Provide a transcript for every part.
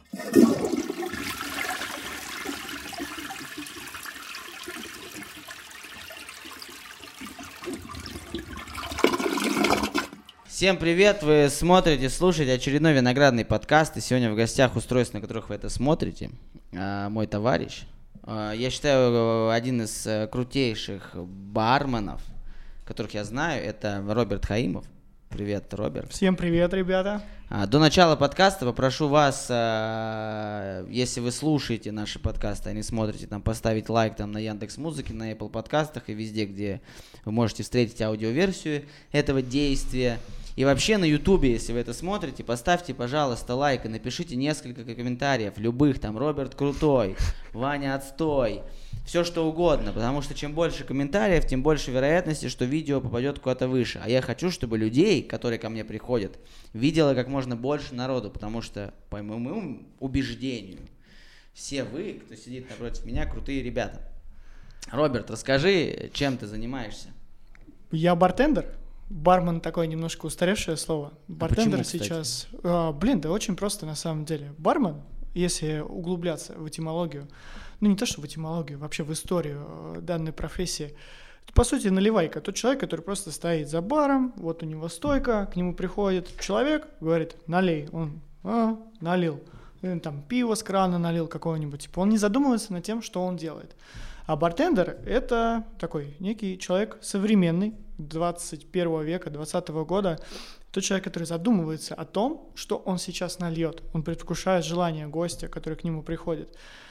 Всем привет! Вы смотрите, слушаете очередной виноградный подкаст. И сегодня в гостях устройств, на которых вы это смотрите, мой товарищ. Я считаю, один из крутейших барменов, которых я знаю, это Роберт Хаимов. Привет, Роберт. Всем привет, ребята. До начала подкаста попрошу вас, если вы слушаете наши подкасты, а не смотрите, там, поставить лайк там, на Яндекс.Музыке, на Apple подкастах и везде, где вы можете встретить аудиоверсию этого действия. И вообще на Ютубе, если вы это смотрите, поставьте, пожалуйста, лайк и напишите несколько комментариев, любых, там, Роберт крутой, Ваня отстой, все что угодно, потому что чем больше комментариев, тем больше вероятности, что видео попадет куда-то выше. А я хочу, чтобы людей, которые ко мне приходят, видело как можно больше народу, потому что, по моему убеждению, все вы, кто сидит напротив меня, крутые ребята. Роберт, расскажи, чем ты занимаешься? Я бартендер. Бармен такое немножко устаревшее слово. Бартендер почему, сейчас... да очень просто на самом деле. Бармен, если углубляться в этимологию, ну не то что в этимологию, вообще в историю данной профессии, это, по сути, наливайка. Тот человек, который просто стоит за баром, вот у него стойка, к нему приходит человек, говорит, налей. Он налил. Или, там пиво с крана налил какого-нибудь. Типа, он не задумывается над тем, что он делает. А бартендер — это такой некий человек современный, 21 века, 20 года. Тот человек, который задумывается о том, что он сейчас нальет. Он предвкушает желание гостя, который к нему приходит.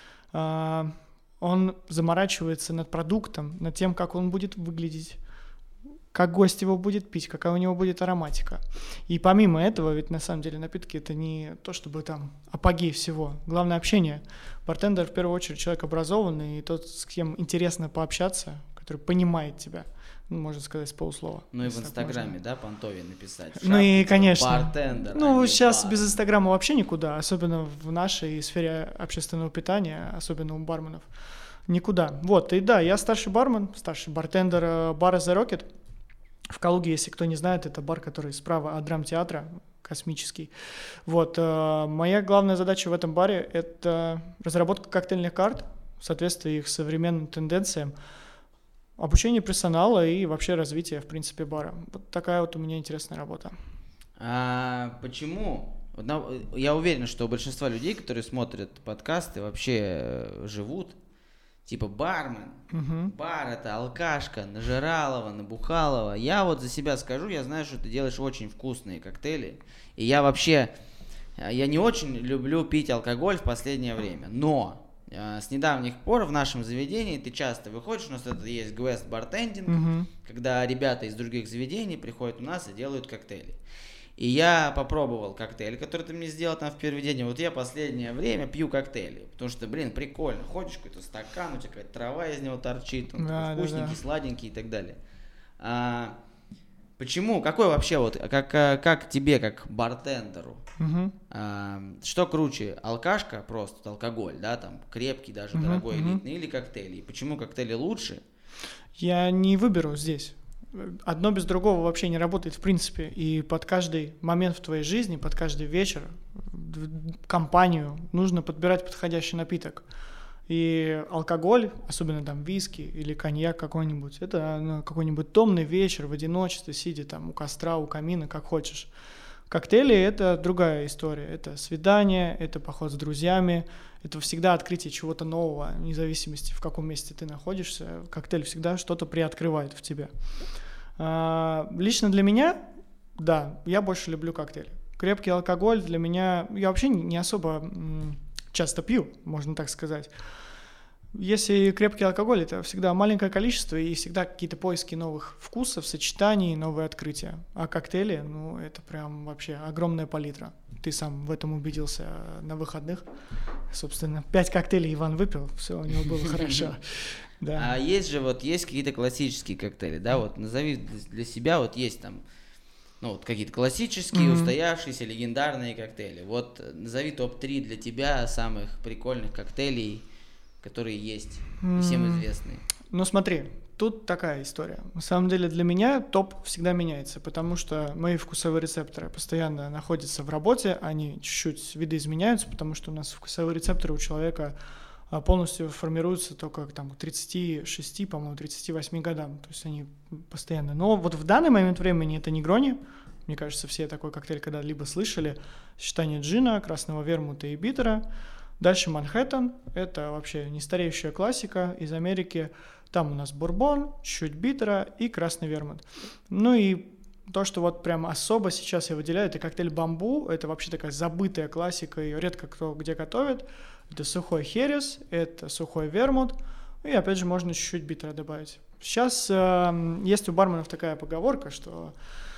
Он заморачивается над продуктом, над тем, как он будет выглядеть, как гость его будет пить, какая у него будет ароматика. И помимо этого, ведь на самом деле напитки — это не то, чтобы там апогей всего. Главное — общение. Бартендер в первую очередь человек образованный, и тот, с кем интересно пообщаться, который понимает тебя, можно сказать, с полуслова. Ну и в Инстаграме, да, понтове написать. Ну и, конечно. Бартендер. Ну, сейчас без Инстаграма вообще никуда, особенно в нашей сфере общественного питания, особенно у барменов. Никуда. Вот, и да, я старший бармен, старший бартендер бара The Rocket. В Калуге, если кто не знает, это бар, который справа от драмтеатра, космический. Вот, моя главная задача в этом баре — это разработка коктейльных карт, соответствие их современным тенденциям, обучение персонала и вообще развитие, в принципе, бара. Вот такая вот у меня интересная работа. Почему? Я уверен, что у большинства людей, которые смотрят подкасты, вообще живут типа бармен. Бар — это алкашка, нажиралова, набухалова. Я вот за себя скажу, я знаю, что ты делаешь очень вкусные коктейли. И я не очень люблю пить алкоголь в последнее время. Но с недавних пор в нашем заведении ты часто выходишь, у нас это есть Guest Bartending, когда ребята из других заведений приходят у нас и делают коктейли. И я попробовал коктейль, который ты мне сделал там в первый день. И вот я последнее время пью коктейли, потому что, прикольно. Ходишь, какой-то стакан, у тебя какая-то трава из него торчит, он такой вкусненький, сладенький и так далее. Почему? Какой вообще вот, как тебе, как бартендеру, что круче, алкашка просто, алкоголь, да, там, крепкий даже, дорогой, элитный, или коктейли? И почему коктейли лучше? Я не выберу здесь. Одно без другого вообще не работает в принципе. И под каждый момент в твоей жизни, под каждый вечер, компанию нужно подбирать подходящий напиток. И алкоголь, особенно там виски или коньяк какой-нибудь, это какой-нибудь томный вечер в одиночестве, сидя там у костра, у камина, как хочешь. Коктейли — это другая история. Это свидание, это поход с друзьями, это всегда открытие чего-то нового, вне зависимости, в каком месте ты находишься. Коктейль всегда что-то приоткрывает в тебе. Лично для меня, да, я больше люблю коктейли. Крепкий алкоголь для меня... Я вообще не особо часто пью, можно так сказать. Если крепкий алкоголь, это всегда маленькое количество и всегда какие-то поиски новых вкусов, сочетаний, новые открытия. А коктейли, это прям вообще огромная палитра. Ты сам в этом убедился на выходных. Собственно, 5 коктейлей Иван выпил, все у него было хорошо. Да. А есть какие-то классические коктейли, да, вот назови для себя, вот есть там, какие-то классические, устоявшиеся, легендарные коктейли. Вот назови топ-3 для тебя самых прикольных коктейлей, которые есть, всем известные. Смотри, тут такая история. На самом деле для меня топ всегда меняется, потому что мои вкусовые рецепторы постоянно находятся в работе, они чуть-чуть видоизменяются, потому что у нас вкусовые рецепторы у человека полностью формируются только там, к 36, по-моему, 38 годам. То есть они постоянно. Но вот в данный момент времени это негрони. Мне кажется, все такой коктейль когда-либо слышали. Сочетание джина, красного вермута и биттера. Дальше Манхэттен. Это вообще нестареющая классика из Америки. Там у нас бурбон, чуть биттера и красный вермут. Ну и то, что вот прям особо сейчас я выделяю, это коктейль бамбу. Это вообще такая забытая классика, ее редко кто где готовит. Это сухой херес, это сухой вермут. И опять же можно чуть-чуть биттера добавить. Сейчас есть у барменов такая поговорка, что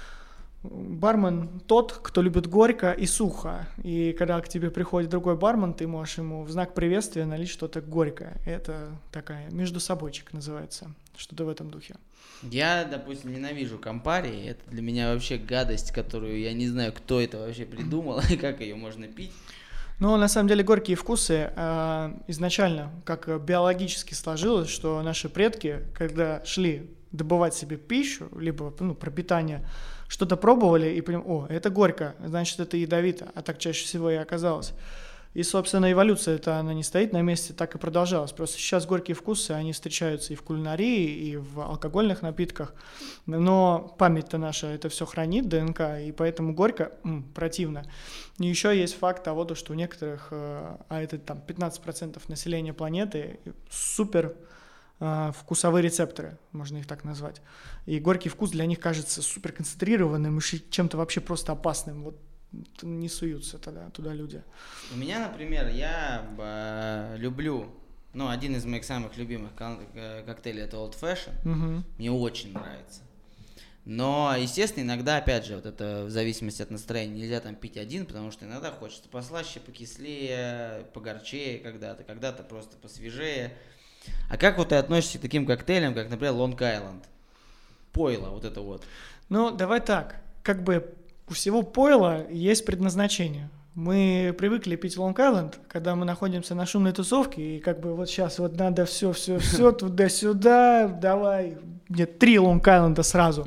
бармен тот, кто любит горько и сухо. И когда к тебе приходит другой бармен, ты можешь ему в знак приветствия налить что-то горькое. Это такая междусобойчик называется. Что-то в этом духе. Я, допустим, ненавижу кампари. Это для меня вообще гадость, которую я не знаю, кто это вообще придумал и как ее можно пить. Но на самом деле горькие вкусы изначально как биологически сложилось, что наши предки, когда шли добывать себе пищу, либо пропитание, что-то пробовали и понимали, это горько, значит, это ядовито, а так чаще всего и оказалось. И, собственно, эволюция-то, она не стоит на месте, так и продолжалась. Просто сейчас горькие вкусы, они встречаются и в кулинарии, и в алкогольных напитках, но память-то наша это все хранит, ДНК, и поэтому горько противно. И еще есть факт того, что у некоторых, а это там 15% населения планеты, супер вкусовые рецепторы, можно их так назвать. И горький вкус для них кажется супер концентрированным и чем-то вообще просто опасным. Вот не суются тогда туда люди. У меня, например, я люблю, один из моих самых любимых коктейлей это Old Fashion. Мне очень нравится. Но, естественно, иногда, опять же, вот это в зависимости от настроения, нельзя там пить один, потому что иногда хочется послаще, покислее, погорчее когда-то просто посвежее. А как вот ты относишься к таким коктейлям, как, например, Long Island? Пойло, вот это вот. Давай так, у всего пойла есть предназначение. Мы привыкли пить Long Island, когда мы находимся на шумной тусовке, и вот сейчас вот надо все туда-сюда, давай, мне 3 Long Island сразу.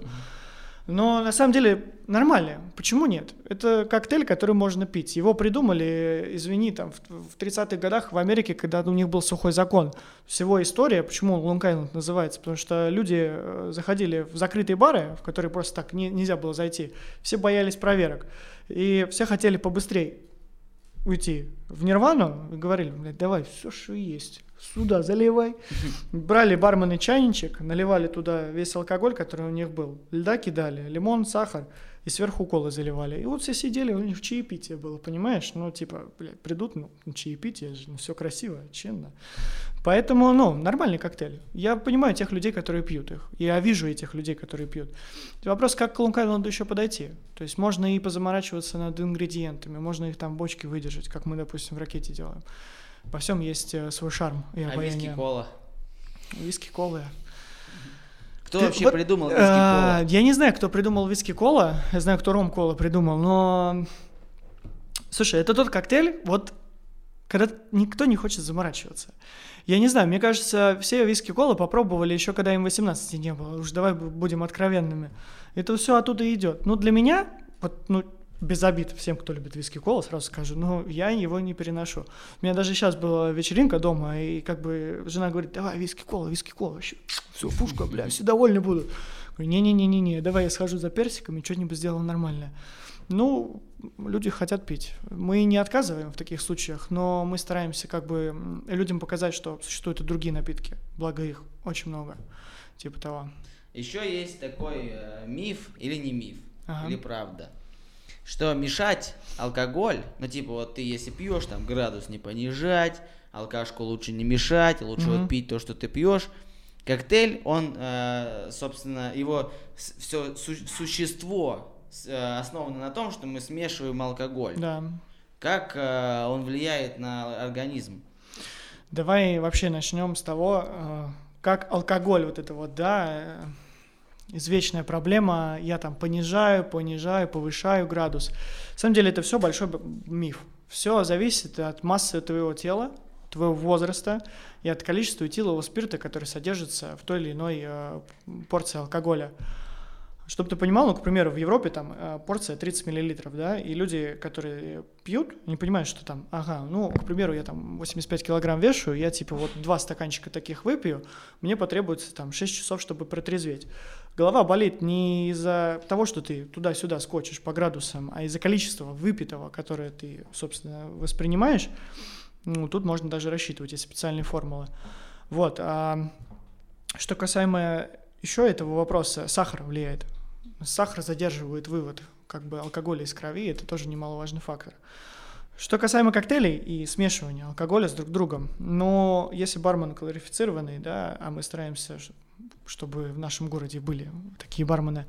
Но на самом деле нормально. Почему нет? Это коктейль, который можно пить. Его придумали, извини, там в 30-х годах в Америке, когда у них был сухой закон. Всего история, почему Long Island называется, потому что люди заходили в закрытые бары, в которые просто так нельзя было зайти. Все боялись проверок. И все хотели побыстрее уйти в нирвану и говорили, давай, все, что есть, сюда заливай. Брали бармены чайничек, наливали туда весь алкоголь, который у них был, льда кидали, лимон, сахар, и сверху колы заливали. И вот все сидели, у них чаепитие было, понимаешь? Придут, чаепитие, все красиво, чинно. Поэтому, нормальный коктейль. Я понимаю тех людей, которые пьют их. Я вижу этих людей, которые пьют. Вопрос, как к Long Island еще подойти. То есть можно и позаморачиваться над ингредиентами, можно их там бочки выдержать, как мы, допустим, в ракете делаем. Во всем есть свой шарм и обаяние. А виски-кола? Виски-кола. Кто вообще придумал виски-кола? Я не знаю, кто придумал виски-кола. Я знаю, кто ром-кола придумал, но... Слушай, это тот коктейль, когда никто не хочет заморачиваться. Я не знаю, мне кажется, все виски-колы попробовали еще, когда им 18 не было. Уж давай будем откровенными. Это все оттуда идет. Для меня, без обид всем, кто любит виски-колу, сразу скажу, я его не переношу. У меня даже сейчас была вечеринка дома, и жена говорит, давай виски-кола, вообще, все, пушка, все довольны будут. Говорю, не-не-не, давай я схожу за персиками, что-нибудь сделаю нормальное. Люди хотят пить. Мы не отказываем в таких случаях, но мы стараемся людям показать, что существуют и другие напитки, благо их очень много, типа того. Еще есть такой миф или не миф, или правда, что мешать алкоголь, ты если пьешь, там градус не понижать, алкашку лучше не мешать, лучше пить то, что ты пьешь. Коктейль, он, собственно, его все существо основано на том, что мы смешиваем алкоголь. Да. Как он влияет на организм? Давай вообще начнем с того, как алкоголь, извечная проблема, я там понижаю, повышаю градус. На самом деле это все большой миф. Все зависит от массы твоего тела, твоего возраста и от количества этилового спирта, который содержится в той или иной порции алкоголя. Чтобы ты понимал, ну, к примеру, в Европе там порция 30 мл, да, и люди, которые пьют, не понимают, что там, к примеру, я там 85 килограмм вешаю, я типа вот 2 стаканчика таких выпью, мне потребуется там 6 часов, чтобы протрезветь. Голова болит не из-за того, что ты туда-сюда скочишь по градусам, а из-за количества выпитого, которое ты, собственно, воспринимаешь. Ну, тут можно даже рассчитывать, есть специальные формулы. Вот. А что касаемо еще этого вопроса, сахар влияет. Сахар задерживает вывод алкоголя из крови, это тоже немаловажный фактор. Что касаемо коктейлей и смешивания алкоголя с друг другом, но если бармен квалифицированный, да, а мы стараемся, чтобы в нашем городе были такие бармены,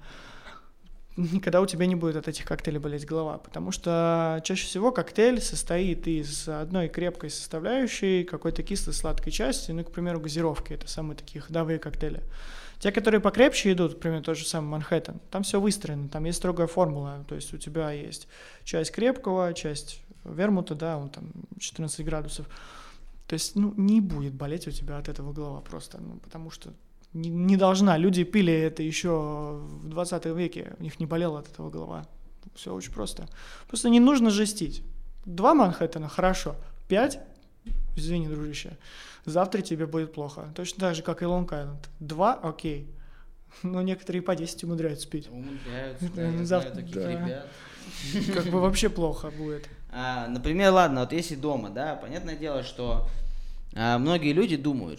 никогда у тебя не будет от этих коктейлей болеть голова, потому что чаще всего коктейль состоит из одной крепкой составляющей, какой-то кислой сладкой части, ну, к примеру, газировки, это самые такие ходовые коктейли. Те, которые покрепче идут, к примеру, тот же самый Манхэттен, там все выстроено, там есть строгая формула, то есть у тебя есть часть крепкого, часть вермута, да, он там 14 градусов, то есть, ну, не будет болеть у тебя от этого голова просто, ну, потому что не должна. Люди пили это еще в 20 веке, у них не болела от этого голова. Все очень просто. Просто не нужно жестить. 2 Манхэттена, хорошо. 5, извини, дружище, завтра тебе будет плохо. Точно так же, как и Лонг-Айленд. 2, окей. Но некоторые по 10 умудряются пить. Умудряются, да, я знаю таких ребят. Как бы вообще плохо будет. Например, ладно, вот если дома, да, понятное дело, что многие люди думают,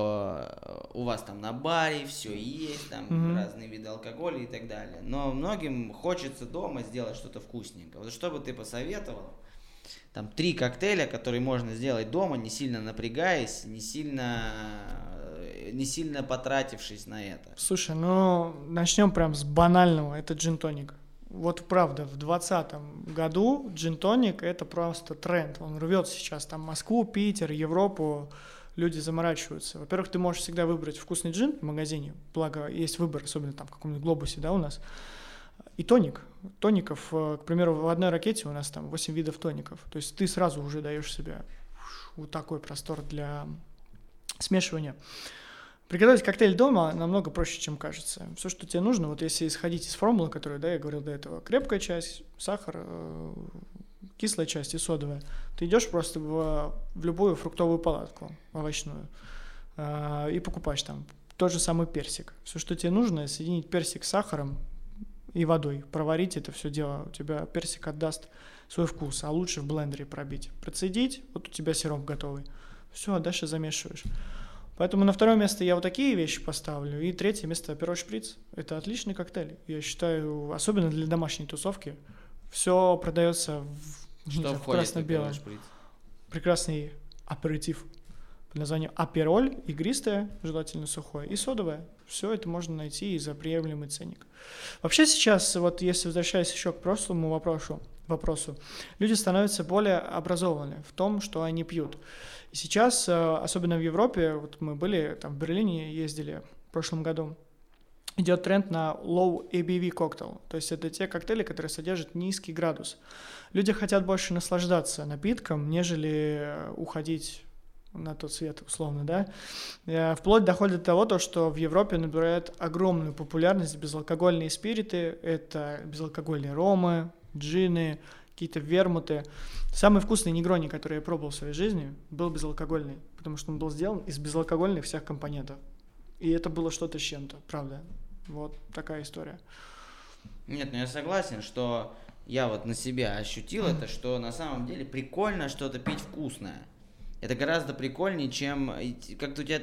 что у вас там на баре все есть, там разные виды алкоголя и так далее. Но многим хочется дома сделать что-то вкусненькое. Вот что бы ты посоветовал? Там 3 коктейля, которые можно сделать дома, не сильно напрягаясь, не сильно потратившись на это. Слушай, ну начнем прям с банального. Это джин-тоник. Вот правда, в 2020 году джин-тоник — это просто тренд. Он рвет сейчас там Москву, Питер, Европу. Люди заморачиваются. Во-первых, ты можешь всегда выбрать вкусный джин в магазине. Благо, есть выбор, особенно там в каком-нибудь Глобусе, да, у нас. И тоник. Тоников, к примеру, в одной ракете у нас там 8 видов тоников. То есть ты сразу уже даешь себе вот такой простор для смешивания. Приготовить коктейль дома намного проще, чем кажется. Все, что тебе нужно, вот если исходить из формулы, которую, да, я говорил до этого, крепкая часть, сахар, кислая часть и содовая, ты идешь просто в любую фруктовую палатку овощную и покупаешь там тот же самый персик. Все, что тебе нужно, соединить персик с сахаром и водой, проварить это все дело, у тебя персик отдаст свой вкус, а лучше в блендере пробить. Процедить, вот у тебя сироп готовый. Все, а дальше замешиваешь. Поэтому на 2 место я вот такие вещи поставлю. И 3 место Aperol Spritz. Это отличный коктейль. Я считаю, особенно для домашней тусовки. Все продается в красно-белом. Прекрасный аперитив под названием Aperol, игристое, желательно сухое, и содовое. Все это можно найти и за приемлемый ценник. Вообще сейчас, вот если возвращаясь еще к прошлому вопросу, люди становятся более образованы в том, что они пьют. И сейчас, особенно в Европе, вот мы были там в Берлине, ездили в прошлом году, идет тренд на low ABV коктейл. То есть это те коктейли, которые содержат низкий градус. Люди хотят больше наслаждаться напитком, нежели уходить на тот свет, условно, да. Вплоть доходит до того, что в Европе набирают огромную популярность безалкогольные спириты, это безалкогольные ромы, джины, какие-то вермуты. Самый вкусный негрони, который я пробовал в своей жизни, был безалкогольный, потому что он был сделан из безалкогольных всех компонентов. И это было что-то с чем-то, правда. Вот такая история. Нет, ну я согласен, что я вот на себя ощутил это, что на самом деле прикольно что-то пить вкусное. Это гораздо прикольнее, чем как-то у тебя...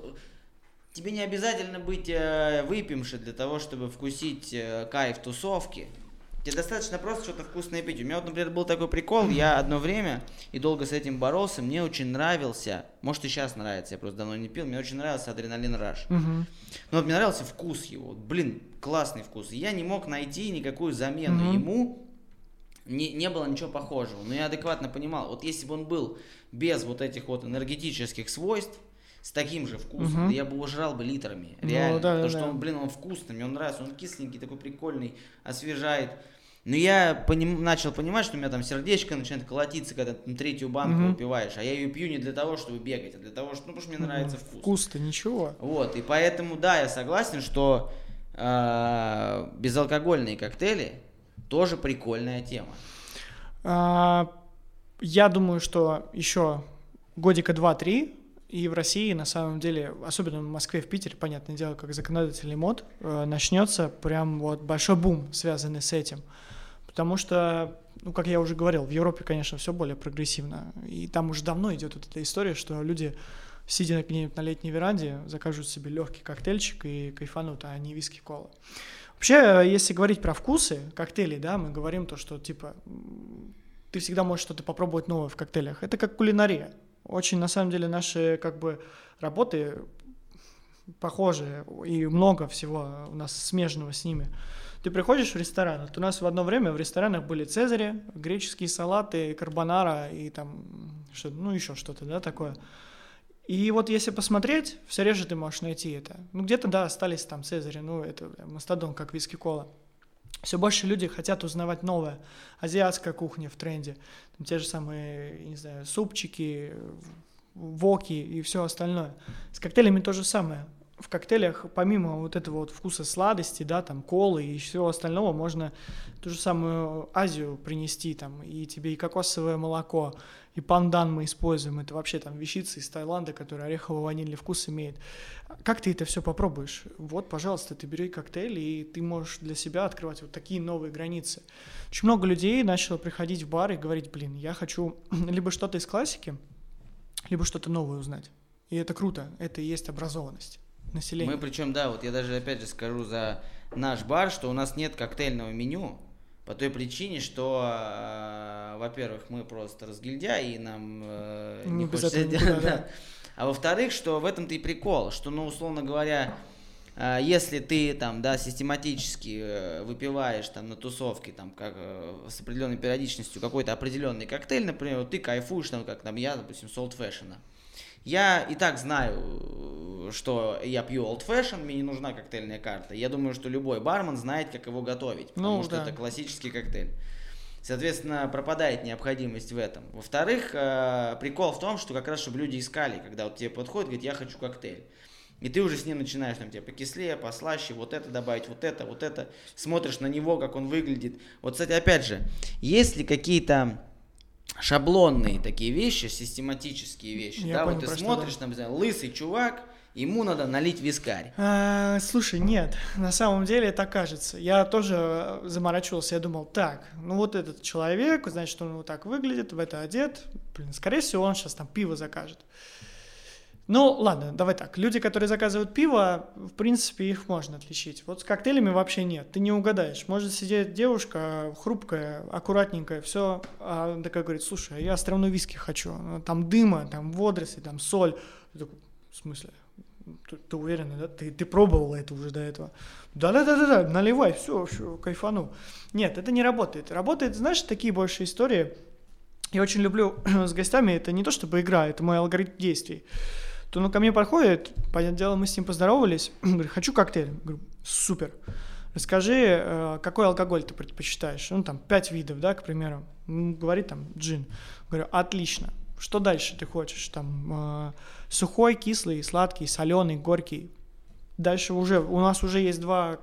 Тебе не обязательно быть выпивши для того, чтобы вкусить кайф тусовки. Тебе достаточно просто что-то вкусное пить. У меня вот, например, был такой прикол, я одно время и долго с этим боролся, мне очень нравился, может и сейчас нравится, я просто давно не пил, мне очень нравился Адреналин Раш. Но вот мне нравился вкус его, блин, классный вкус. И я не мог найти никакую замену ему, не было ничего похожего. Но я адекватно понимал, вот если бы он был без вот этих вот энергетических свойств, с таким же вкусом, я бы его жрал бы литрами, реально, потому что он, блин, он вкусный, мне он нравится, он кисленький, такой прикольный, освежает. Но я начал понимать, что у меня там сердечко начинает колотиться, когда ты третью банку выпиваешь. А я ее пью не для того, чтобы бегать, а для того, что, потому что мне нравится вкус. Вкус-то ничего. Вот, и поэтому, да, я согласен, что безалкогольные коктейли тоже прикольная тема. Я думаю, что еще годика 2-3, и в России, на самом деле, особенно в Москве, в Питере, понятное дело, как законодательный мод, начнется прям вот большой бум, связанный с этим. Потому что, ну, как я уже говорил, в Европе, конечно, все более прогрессивно. И там уже давно идет вот эта история, что люди, сидя где-нибудь на летней веранде, закажут себе легкий коктейльчик и кайфанут, а не виски, кола. Вообще, если говорить про вкусы коктейлей, да, мы говорим то, что, типа, ты всегда можешь что-то попробовать новое в коктейлях. Это как кулинария. Очень, на самом деле, наши, как бы, работы похожи, и много всего у нас смежного с ними. Ты приходишь в ресторан, вот у нас в одно время в ресторанах были цезари, греческие салаты, карбонара и там, ну, еще что-то, да, такое. И вот если посмотреть, все реже ты можешь найти это. Ну, где-то, да, остались там цезари, ну, это мастодон, как виски-кола. Все больше люди хотят узнавать новое. Азиатская кухня в тренде. Там те же самые, не знаю, супчики, воки и все остальное. С коктейлями то же самое. В коктейлях, помимо вот этого вот вкуса сладости, да, там, колы и всего остального, можно ту же самую Азию принести, там, и тебе и кокосовое молоко, и пандан мы используем, это вообще там вещица из Таиланда, которая орехово-ванильный вкус имеет. Как ты это все попробуешь? Вот, пожалуйста, ты бери коктейль, и ты можешь для себя открывать вот такие новые границы. Очень много людей начало приходить в бар и говорить, блин, я хочу либо что-то из классики, либо что-то новое узнать. И это круто, это и есть образованность населения. Мы причем, да, вот я даже опять же скажу за наш бар, что у нас нет коктейльного меню, по той причине, что, во-первых, мы просто разгильдяи, и нам не хочется делать. Да. А во-вторых, что в этом-то и прикол, что, ну, условно говоря, если ты там, да, систематически выпиваешь там на тусовке там, как, с определенной периодичностью какой-то определенный коктейль, например, вот ты кайфуешь, там, как там я, допустим, с Old Fashion'а. Я и так знаю, что я пью Old Fashion, мне не нужна коктейльная карта. Я думаю, что любой бармен знает, как его готовить, потому что это классический коктейль. Соответственно, пропадает необходимость в этом. Во-вторых, прикол в том, что как раз, чтобы люди искали, когда вот тебе подходит, говорит, я хочу коктейль. И ты уже с ним начинаешь, там, тебе покислее, послаще, вот это добавить, вот это. Смотришь на него, как он выглядит. Вот, кстати, опять же, есть ли какие-то шаблонные такие вещи, систематические вещи, да, вот ты смотришь, там, не знаю, лысый чувак, ему надо налить вискарь. Слушай, нет, на самом деле это кажется. Я тоже заморачивался, я думал, так, ну вот этот человек, значит, он вот так выглядит, в это одет, блин, скорее всего, он сейчас там пиво закажет. Ну, ладно, давай так. Люди, которые заказывают пиво, в принципе, их можно отличить. Вот с коктейлями вообще нет. Ты не угадаешь. Может сидеть девушка хрупкая, аккуратненькая, все, а такая говорит, слушай, я островной виски хочу. Там дыма, там водоросли, там соль. Я такой, в смысле? Ты уверена, да? Ты пробовала это уже до этого? Да, наливай, все, кайфану. Нет, это не работает. Работает, знаешь, такие больше истории. Я очень люблю с гостями, это не то чтобы игра, это мой алгоритм действий. То он ко мне подходит, понятное дело, мы с ним поздоровались, говорит, хочу коктейль. Говорю, супер. Расскажи, какой алкоголь ты предпочитаешь? Ну, там, 5 видов, да, к примеру. Говорит, там, джин. Говорю, отлично. Что дальше ты хочешь? Там, сухой, кислый, сладкий, соленый, горький. Дальше уже, у нас уже есть два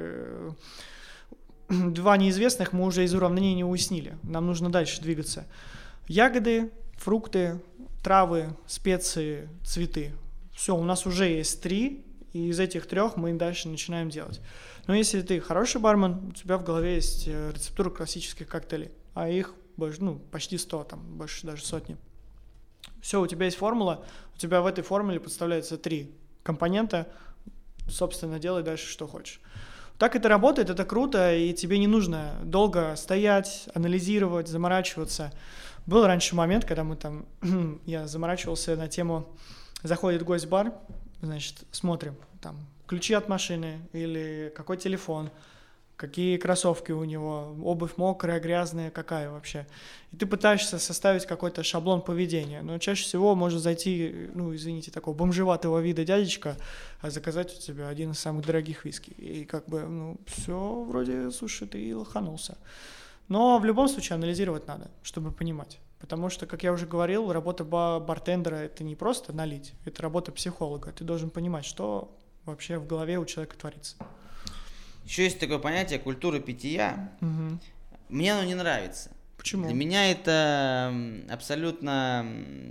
неизвестных, мы уже из уравнения уяснили. Нам нужно дальше двигаться. Ягоды, фрукты, травы, специи, цветы. Все, у нас уже есть 3, и из этих 3 мы дальше начинаем делать. Но если ты хороший бармен, у тебя в голове есть рецептура классических коктейлей, а их больше, почти 100, там, больше даже сотни. Все, у тебя есть формула, у тебя в этой формуле подставляется 3 компонента, собственно, делай дальше, что хочешь. Так это работает, это круто, и тебе не нужно долго стоять, анализировать, заморачиваться. Был раньше момент, когда я заморачивался на тему, заходит гость в бар, значит, смотрим, там, ключи от машины или какой телефон, какие кроссовки у него, обувь мокрая, грязная, какая вообще. И ты пытаешься составить какой-то шаблон поведения, но чаще всего может зайти, ну, извините, такого бомжеватого вида дядечка, а заказать у тебя один из самых дорогих виски. И как бы, ну, все вроде, слушай, ты лоханулся. Но в любом случае анализировать надо, чтобы понимать. Потому что, как я уже говорил, работа бартендера – это не просто налить, это работа психолога. Ты должен понимать, что вообще в голове у человека творится. Еще есть такое понятие культура питья. Угу. Мне оно не нравится. Почему? Для меня это абсолютно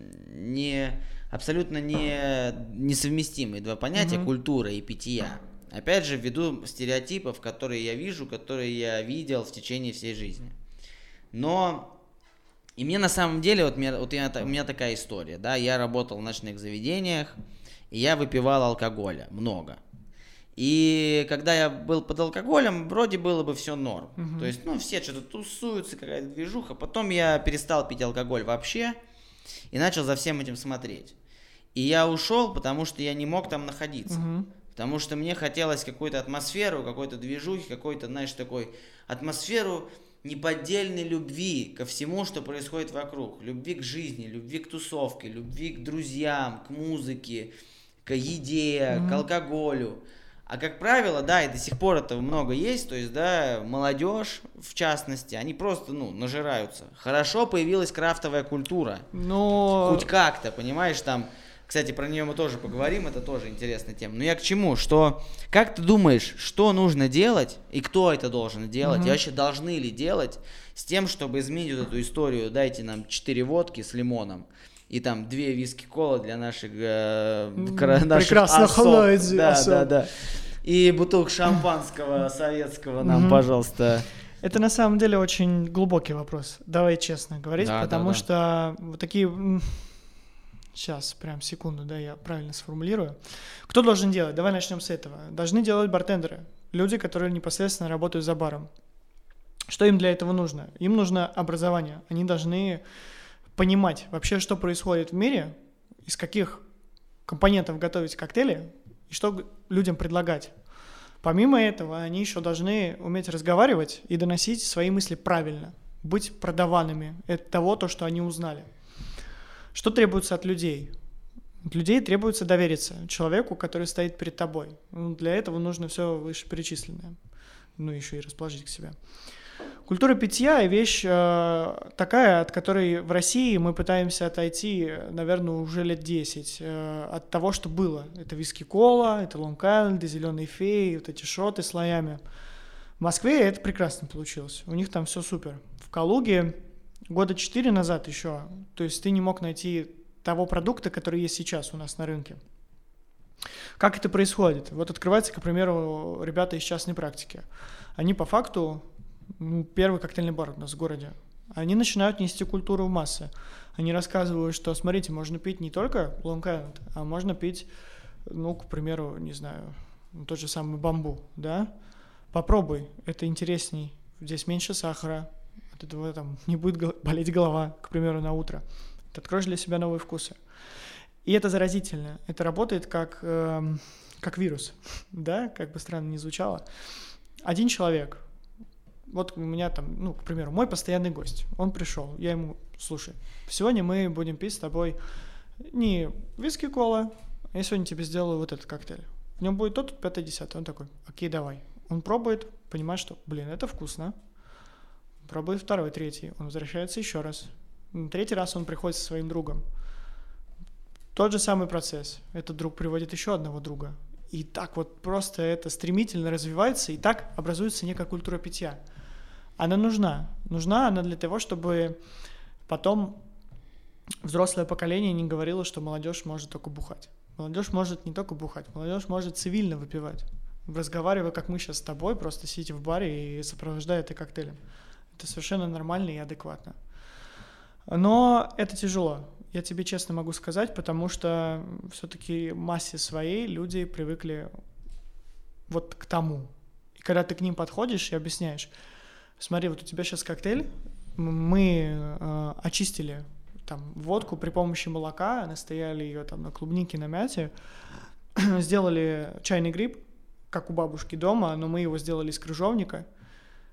несовместимые два понятия, культура и питья. Опять же, ввиду стереотипов, которые я вижу, которые я видел в течение всей жизни. Но и мне на самом деле, у меня такая история, да, я работал в ночных заведениях, и я выпивал алкоголя много. И когда я был под алкоголем, вроде было бы все норм. То есть, ну, все что-то тусуются, какая-то движуха. Потом я перестал пить алкоголь вообще и начал за всем этим смотреть. И я ушел, потому что я не мог там находиться. Потому что мне хотелось какую-то атмосферу, какой-то движухи, какой-то, знаешь, такой атмосферу неподдельной любви ко всему, что происходит вокруг. Любви к жизни, любви к тусовке, любви к друзьям, к музыке, к еде, к алкоголю. А как правило, да, и до сих пор этого много есть, то есть, да, молодежь, в частности, они просто, ну, нажираются. Хорошо появилась крафтовая культура. Но... Хоть как-то, понимаешь, там, кстати, про нее мы тоже поговорим, это тоже интересная тема. Но я к чему, что, как ты думаешь, что нужно делать, и кто это должен делать, и вообще должны ли делать, с тем, чтобы изменить вот эту историю, дайте нам 4 водки с лимоном, и там 2 виски-колы для наших прекрасных леди. Да. И бутылку шампанского советского нам, пожалуйста. Это на самом деле очень глубокий вопрос. Давай честно говорить, потому что вот такие... Сейчас, прям секунду, да, я правильно сформулирую. Кто должен делать? Давай начнем с этого. Должны делать бартендеры. Люди, которые непосредственно работают за баром. Что им для этого нужно? Им нужно образование. Они должны понимать вообще, что происходит в мире, из каких компонентов готовить коктейли и что людям предлагать. Помимо этого, они еще должны уметь разговаривать и доносить свои мысли правильно, быть продаванными от того, что они узнали. Что требуется от людей? От людей требуется довериться человеку, который стоит перед тобой. Для этого нужно все вышеперечисленное. Ну, еще и расположить к себе. Культура питья – вещь такая, от которой в России мы пытаемся отойти, наверное, уже лет 10 от того, что было. Это виски-кола, это лонг-айленд, зеленые феи, вот эти шоты слоями. В Москве это прекрасно получилось. У них там все супер. В Калуге года 4 назад еще, то есть ты не мог найти того продукта, который есть сейчас у нас на рынке. Как это происходит? Вот открывается, к примеру, ребята из частной практики. Они по факту, первый коктейльный бар у нас в городе, они начинают нести культуру в массы. Они рассказывают, что, смотрите, можно пить не только лонг-айленд, а можно пить, к примеру, не знаю, тот же самый бамбу, да? Попробуй, это интересней, здесь меньше сахара, от этого там не будет болеть голова, к примеру, на утро. Ты откроешь для себя новые вкусы. И это заразительно. Это работает как вирус, да, как бы странно ни звучало. Один человек, вот у меня там, к примеру, мой постоянный гость, он пришел, я ему, слушай, сегодня мы будем пить с тобой не виски-кола, я сегодня тебе сделаю вот этот коктейль. В нем будет тот, 5-10. Он такой, окей, давай. Он пробует, понимает, что, это вкусно. Пробует второй, третий, он возвращается еще раз. На третий раз он приходит со своим другом. Тот же самый процесс. Этот друг приводит еще одного друга. И так вот просто это стремительно развивается, и так образуется некая культура питья. Она нужна. Нужна она для того, чтобы потом взрослое поколение не говорило, что молодежь может только бухать. Молодежь может не только бухать, молодежь может цивильно выпивать. Разговаривая, как мы сейчас с тобой, просто сидя в баре и сопровождая это коктейлем. Это совершенно нормально и адекватно. Но это тяжело. Я тебе честно могу сказать, потому что все-таки массе своей люди привыкли вот к тому. И когда ты к ним подходишь и объясняешь, смотри, вот у тебя сейчас коктейль, мы очистили там водку при помощи молока, настояли ее там на клубнике, на мяте, сделали чайный гриб, как у бабушки дома, но мы его сделали из крыжовника,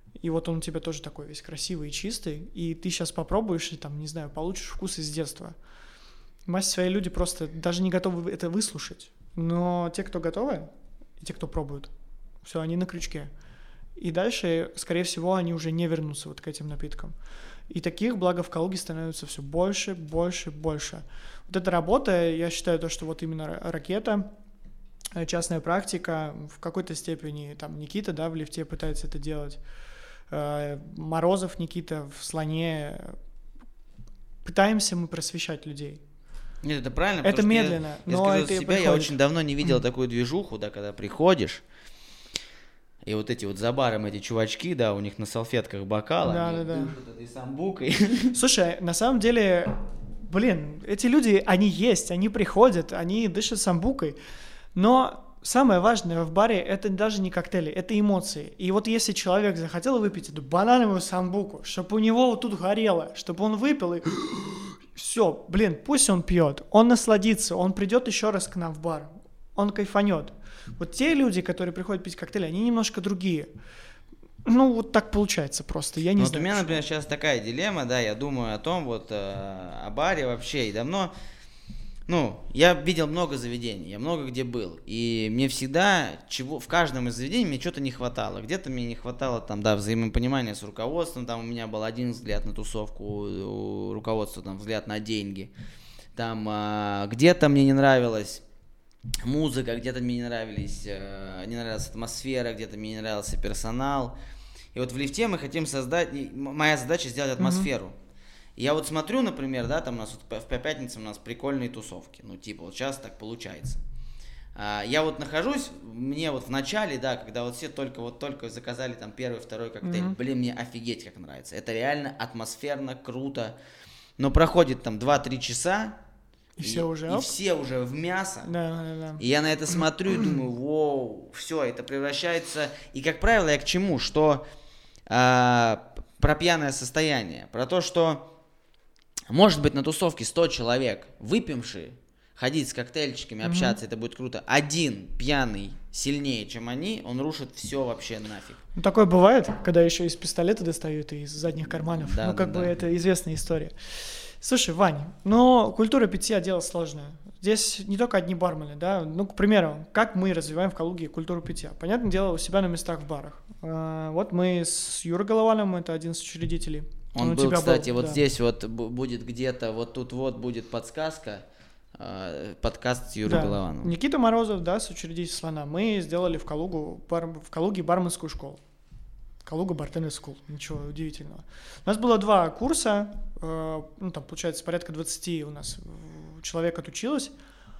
И вот он у тебя тоже такой весь красивый и чистый, и ты сейчас попробуешь, и там, не знаю, получишь вкус из детства. Массе свои люди просто даже не готовы это выслушать. Но те, кто готовы, и те, кто пробуют, все, они на крючке. И дальше, скорее всего, они уже не вернутся вот к этим напиткам. И таких, благо, в Калуге становится все больше, больше, больше. Вот эта работа, я считаю, то, что вот именно «Ракета», частная практика, в какой-то степени, там, Никита, да, в лифте пытается это делать, Морозов Никита в «Слоне». Пытаемся мы просвещать людей. Нет, это правильно. Это медленно, я но скажу это за себя, я очень давно не видел такую движуху, да, когда приходишь, и вот эти вот за баром эти чувачки, да, у них на салфетках бокалы, они дышат этой самбукой. Слушай, на самом деле, блин, эти люди, они есть, они приходят, они дышат самбукой, но самое важное в баре — это даже не коктейли, это эмоции. И вот если человек захотел выпить эту банановую самбуку, чтобы у него вот тут горело, чтобы он выпил и... Все, блин, пусть он пьет, он насладится, он придет еще раз к нам в бар, он кайфанет. Вот те люди, которые приходят пить коктейли, они немножко другие. Ну, вот так получается просто, я не знаю. Вот у меня, например, сейчас такая дилемма, да, я думаю о том, вот, о баре вообще, и давно, ну, я видел много заведений, я много где был, и мне всегда, в каждом из заведений мне что-то не хватало, где-то мне не хватало, там, да, взаимопонимания с руководством, там, у меня был один взгляд на тусовку, у руководства, там, взгляд на деньги, там, где-то мне не нравилось музыка, где-то мне не нравилась атмосфера, где-то мне не нравился персонал. И вот в лифте мы хотим создать, моя задача сделать атмосферу. И я вот смотрю, например, да, там у нас вот по пятницам у нас прикольные тусовки, ну типа вот сейчас так получается. Я вот нахожусь, мне вот в начале, да, когда вот все только заказали там первый, второй коктейль, блин, мне офигеть как нравится. Это реально атмосферно, круто. Но проходит там 2-3 часа, и все уже в мясо. Да. И я на это смотрю и думаю, воу, все, это превращается... И, как правило, я к чему? Что про пьяное состояние. Про то, что может быть на тусовке 100 человек, выпившие, ходить с коктейльчиками, общаться, это будет круто. Один пьяный сильнее, чем они, он рушит все вообще нафиг. Ну, такое бывает, когда еще из пистолета достают и из задних карманов. Да, бы это известная история. Слушай, Вань, но культура питья — дело сложное. Здесь не только одни бармены, да. Ну, к примеру, как мы развиваем в Калуге культуру питья? Понятное дело, у себя на местах в барах. Вот мы с Юрой Голованом, это один из учредителей. Он был, кстати, вот здесь вот будет где-то, вот тут вот будет подсказка, подкаст с Юрой Голованом. Никита Морозов, да, соучредитель «Слона». Мы сделали в Калуге барменскую школу. Калуга Bartender School, ничего удивительного. У нас было 2 курса, ну там получается порядка 20 у нас человек отучилось,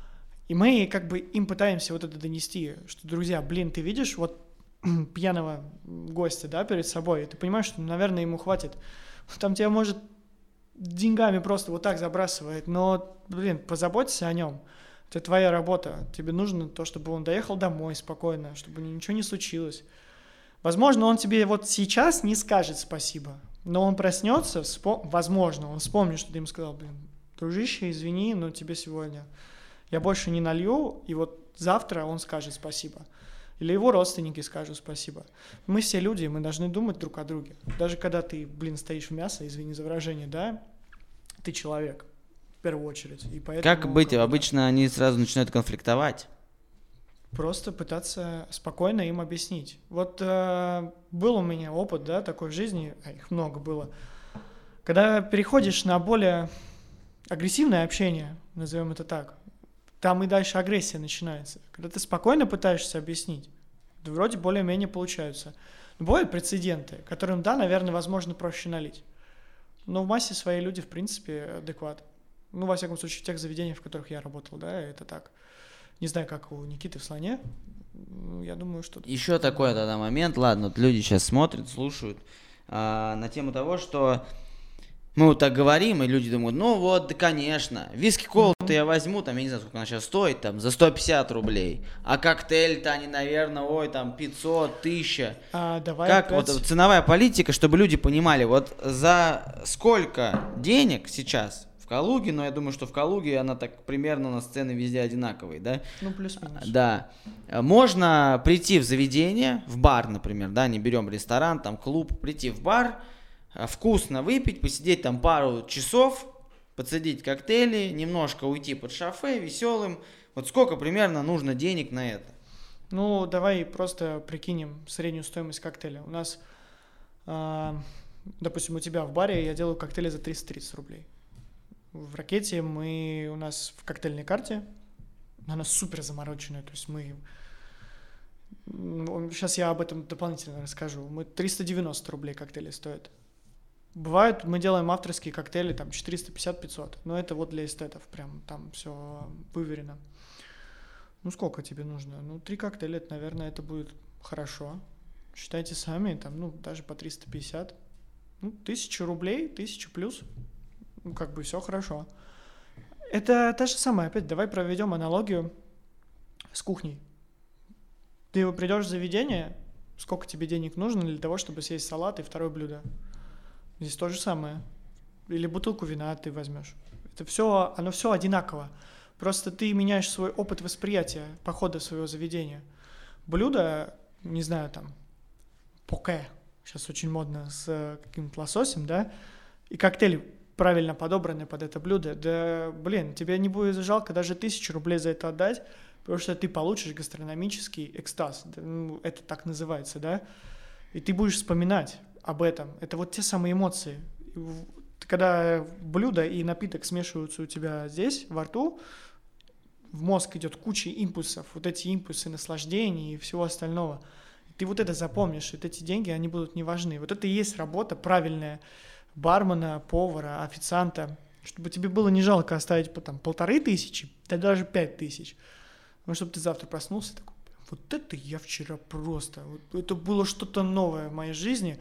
и мы как бы им пытаемся вот это донести, что, друзья, блин, ты видишь вот пьяного гостя, да, перед собой, и ты понимаешь, что, наверное, ему хватит. Там тебя, может, деньгами просто вот так забрасывает, но, блин, позаботься о нем. Это твоя работа. Тебе нужно то, чтобы он доехал домой спокойно, чтобы ничего не случилось. Возможно, он тебе вот сейчас не скажет спасибо, но он проснется, возможно, он вспомнит, что ты ему сказал, блин, дружище, извини, но тебе сегодня я больше не налью, и вот завтра он скажет спасибо. Или его родственники скажут спасибо. Мы все люди, мы должны думать друг о друге. Даже когда ты, стоишь в мясо, извини за выражение, да, ты человек, в первую очередь. И поэтому, как быть? Обычно они сразу начинают конфликтовать. Просто пытаться спокойно им объяснить. Вот был у меня опыт, да, такой в жизни, их много было, когда переходишь на более агрессивное общение, назовем это так, там и дальше агрессия начинается. Когда ты спокойно пытаешься объяснить, вроде более-менее получаются. Но бывают прецеденты, которым, да, наверное, возможно проще налить. Но в массе свои люди, в принципе, адекват. Ну, во всяком случае, в тех заведениях, в которых я работал, да, это так. Не знаю, как у Никиты в «Слоне». Я думаю, что... Еще такой тогда момент. Ладно, вот люди сейчас смотрят, слушают на тему того, что мы вот так говорим, и люди думают, ну вот, да, конечно, виски-колу-то я возьму, там, я не знаю, сколько она сейчас стоит, там, за 150 рублей. А коктейль-то они, наверное, ой, там, 500, 1000. Давай как опять... вот ценовая политика, чтобы люди понимали, вот за сколько денег сейчас в Калуге, но я думаю, что в Калуге она так примерно у нас цены везде одинаковые, да? Ну, плюс-минус. Да. Можно прийти в заведение, в бар, например, да, не берем ресторан, там клуб, прийти в бар, вкусно выпить, посидеть там пару часов, подсадить коктейли, немножко уйти под шофе, веселым. Вот сколько примерно нужно денег на это? Ну, давай просто прикинем среднюю стоимость коктейля. У нас, допустим, у тебя в баре я делаю коктейли за 330 рублей. В Ракете у нас в коктейльной карте, она супер замороченная, то есть сейчас я об этом дополнительно расскажу. 390 рублей коктейли стоят. Бывает, мы делаем авторские коктейли, там, 450-500, но это вот для эстетов, прям там все выверено. Ну, сколько тебе нужно? 3 коктейля, наверное, это будет хорошо. Считайте сами, там, даже по 350. 1000 рублей, 1000 плюс. Как бы все хорошо. Это та же самая, опять, давай проведем аналогию с кухней. Ты придешь в заведение, сколько тебе денег нужно для того, чтобы съесть салат и второе блюдо? Здесь то же самое. Или бутылку вина ты возьмешь. Оно все одинаково. Просто ты меняешь свой опыт восприятия похода своего заведения. Блюдо, не знаю, там, поке, сейчас очень модно с каким-то лососем, да, и коктейли правильно подобраны под это блюдо. Да, тебе не будет жалко даже 1000 рублей за это отдать, потому что ты получишь гастрономический экстаз. Это так называется, да, и ты будешь вспоминать об этом. Это вот те самые эмоции. Когда блюдо и напиток смешиваются у тебя здесь, во рту, в мозг идет куча импульсов, вот эти импульсы наслаждения и всего остального. Ты вот это запомнишь, вот эти деньги, они будут не важны. Вот это и есть работа правильная бармена, повара, официанта, чтобы тебе было не жалко оставить там 1500, да даже 5000. Ну, чтобы ты завтра проснулся такой, вот это я вчера просто, вот это было что-то новое в моей жизни.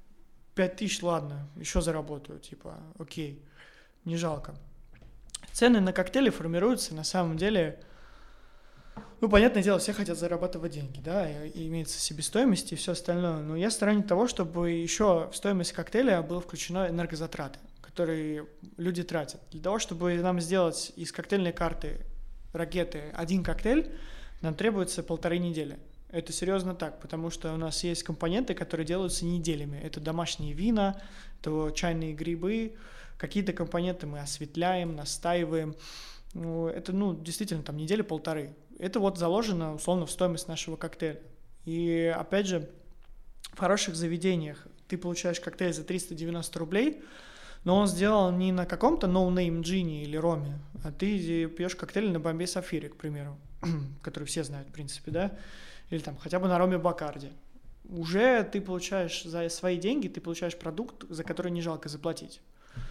5000, ладно, еще заработаю, окей, не жалко. Цены на коктейли формируются, на самом деле, понятное дело, все хотят зарабатывать деньги, да, и имеется себестоимость и все остальное, но я сторонник того, чтобы еще в стоимость коктейля было включено энергозатраты, которые люди тратят. Для того, чтобы нам сделать из коктейльной карты Ракеты один коктейль, нам требуется 1,5 недели. Это серьезно так, потому что у нас есть компоненты, которые делаются неделями. Это домашние вина, это чайные грибы, какие-то компоненты мы осветляем, настаиваем. Это, действительно, там недели-1,5. Это вот заложено, условно, в стоимость нашего коктейля. И, опять же, в хороших заведениях ты получаешь коктейль за 390 рублей, но он сделан не на каком-то no-name джине или роме, а ты пьешь коктейль на Бомбей Сафире, к примеру, который все знают, в принципе, да, или там хотя бы на роме Бакарди. Уже ты получаешь за свои деньги, ты получаешь продукт, за который не жалко заплатить.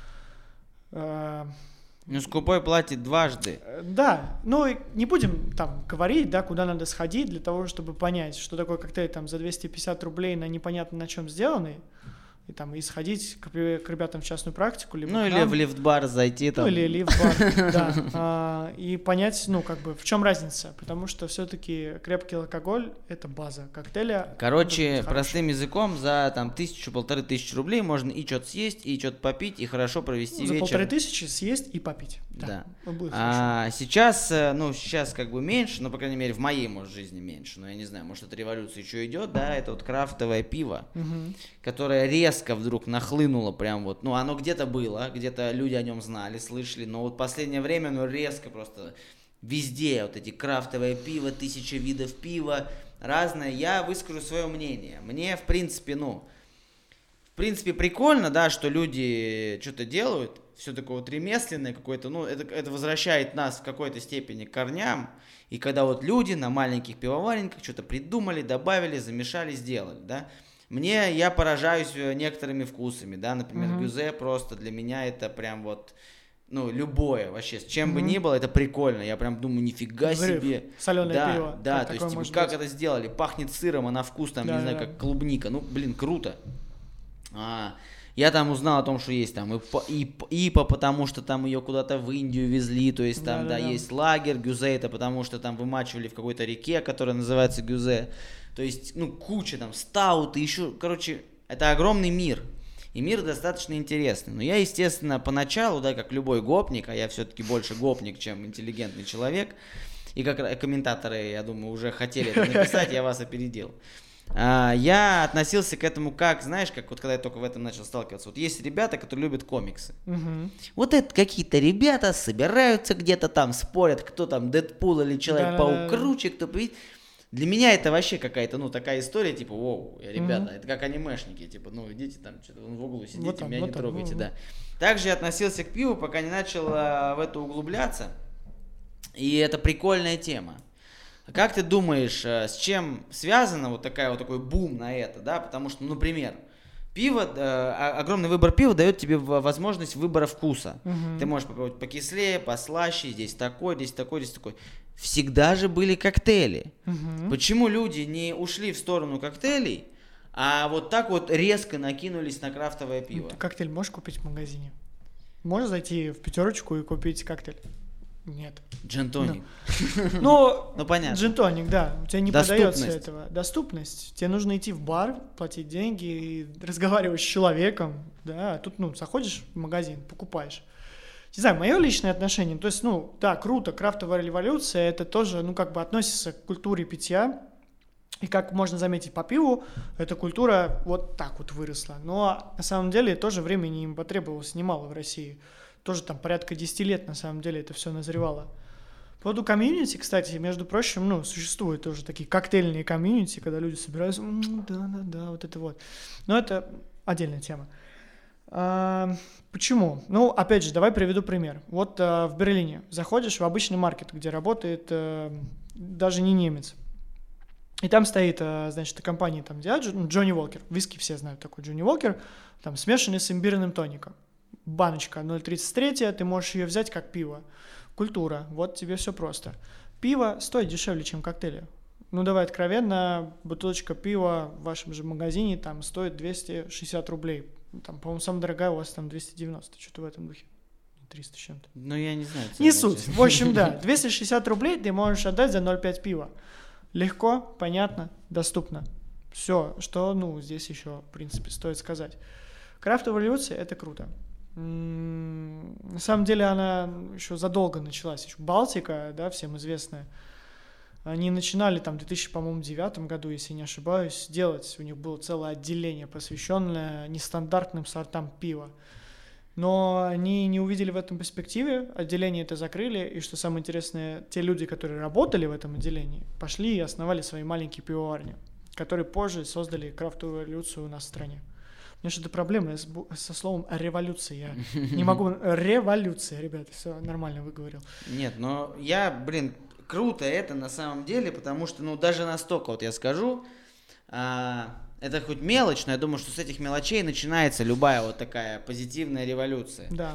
Скупой платит дважды. Да, не будем там говорить, да, куда надо сходить для того, чтобы понять, что такое коктейль там за 250 рублей на непонятно на чем сделанный, и сходить к ребятам в частную практику, либо или в лифт-бар зайти там. или лифт-бар, да, и понять, в чем разница, потому что все-таки крепкий алкоголь – это база коктейля. Короче, простым языком, за там 1000-1500 рублей можно и что-то съесть, и что-то попить, и хорошо провести вечер. За 1500 съесть и попить. Да. Сейчас как бы меньше, по крайней мере, в моей, может, жизни меньше, но я не знаю, может, эта революция еще идет, да, это вот крафтовое пиво, которое резко вдруг нахлынуло прям вот, оно где-то было, где-то люди о нем знали, слышали, но вот в последнее время оно резко просто везде, вот эти крафтовое пиво, 1000 видов пива, разное. Я выскажу свое мнение. Мне, в принципе, прикольно, да, что люди что-то делают, все такое вот ремесленное какое-то, это возвращает нас в какой-то степени к корням, и когда вот люди на маленьких пивоваренках что-то придумали, добавили, замешали, сделали, да. Я поражаюсь некоторыми вкусами, да, например, гюзе просто для меня это прям вот, любое вообще, с чем бы ни было, это прикольно, я прям думаю, нифига себе. Соленое пиво. Да, то есть, как это сделали, пахнет сыром, а на вкус там, не знаю, как клубника, круто. Я там узнал о том, что есть там ипа, потому что там ее куда-то в Индию везли, то есть там, есть лагерь, гюзе это потому что там вымачивали в какой-то реке, которая называется гюзе. То есть, куча там, стауты, еще, короче, это огромный мир. и мир достаточно интересный. Но я, естественно, поначалу, да, как любой гопник, а я все-таки больше гопник, чем интеллигентный человек, и как комментаторы, я думаю, уже хотели это написать, я вас опередил. Я относился к этому как, знаешь, как вот когда я только в этом начал сталкиваться. Вот есть ребята, которые любят комиксы. Вот это какие-то ребята собираются где-то там, спорят, кто там Дэдпул или Человек-паук круче, кто победит. Для меня это вообще какая-то, ну, такая история, типа, воу, ребята, это как анимешники, типа, ну, идите там, что-то в углу сидите, вот там, меня вот не трогайте, да. Также я относился к пиву, пока не начал в это углубляться, и это прикольная тема. Как ты думаешь, с чем связано вот такой бум на это, да, потому что, ну, например, пиво, огромный выбор пива дает тебе возможность выбора вкуса. Ты можешь попробовать покислее, послаще, здесь такой, здесь такой, здесь такой. Всегда же были коктейли. Почему люди не ушли в сторону коктейлей, а вот так вот резко накинулись на крафтовое пиво? Ты коктейль можешь купить в магазине? Можешь зайти в пятерочку и купить коктейль? Нет. Джин-тоник. Ну, понятно. Джин-тоник, да. У тебя не продается этого. Доступность. Тебе нужно идти в бар, платить деньги и разговаривать с человеком. Да, тут, заходишь в магазин, покупаешь. Не знаю, мое личное отношение, то есть, да, круто, крафтовая революция, это тоже, относится к культуре питья, и как можно заметить по пиву, эта культура вот так вот выросла, но на самом деле тоже времени им потребовалось немало в России, тоже там порядка 10 лет на самом деле это все назревало. По поводу комьюнити, кстати, между прочим, существуют тоже такие коктейльные комьюнити, когда люди собираются, да, вот это вот, но это отдельная тема. Почему? Опять же, давай приведу пример. Вот в Берлине заходишь в обычный маркет, где работает даже не немец. И там стоит, значит, компания там Джонни Уокер. Виски все знают такой Джонни Уокер. Там смешанный с имбирным тоником. Баночка 0,33, ты можешь ее взять как пиво. Культура, вот тебе все просто. Пиво стоит дешевле, чем коктейли. Давай откровенно, бутылочка пива в вашем же магазине там стоит 260 рублей. Там, по-моему, самая дорогая у вас там 290, что-то в этом духе. 300 с чем-то. Я не знаю. Не суть. В общем, да, 260 рублей ты можешь отдать за 0,5 пива. Легко, понятно, доступно. Все, что, здесь еще, в принципе, стоит сказать. Крафтовая революция — это круто. На самом деле она еще задолго началась. Еще Балтика, да, всем известная. Они начинали там в 2009 году, если не ошибаюсь, делать. У них было целое отделение, посвященное нестандартным сортам пива. Но они не увидели в этом перспективе, отделение это закрыли, и что самое интересное, те люди, которые работали в этом отделении, пошли и основали свои маленькие пивоварни, которые позже создали крафтовую революцию у нас в стране. У меня что-то проблемы со словом революция. Я не могу... Революция, ребята, все нормально выговорил. Нет, но я, круто это на самом деле, потому что, даже настолько, вот я скажу, это хоть мелочь, но я думаю, что с этих мелочей начинается любая вот такая позитивная революция. Да.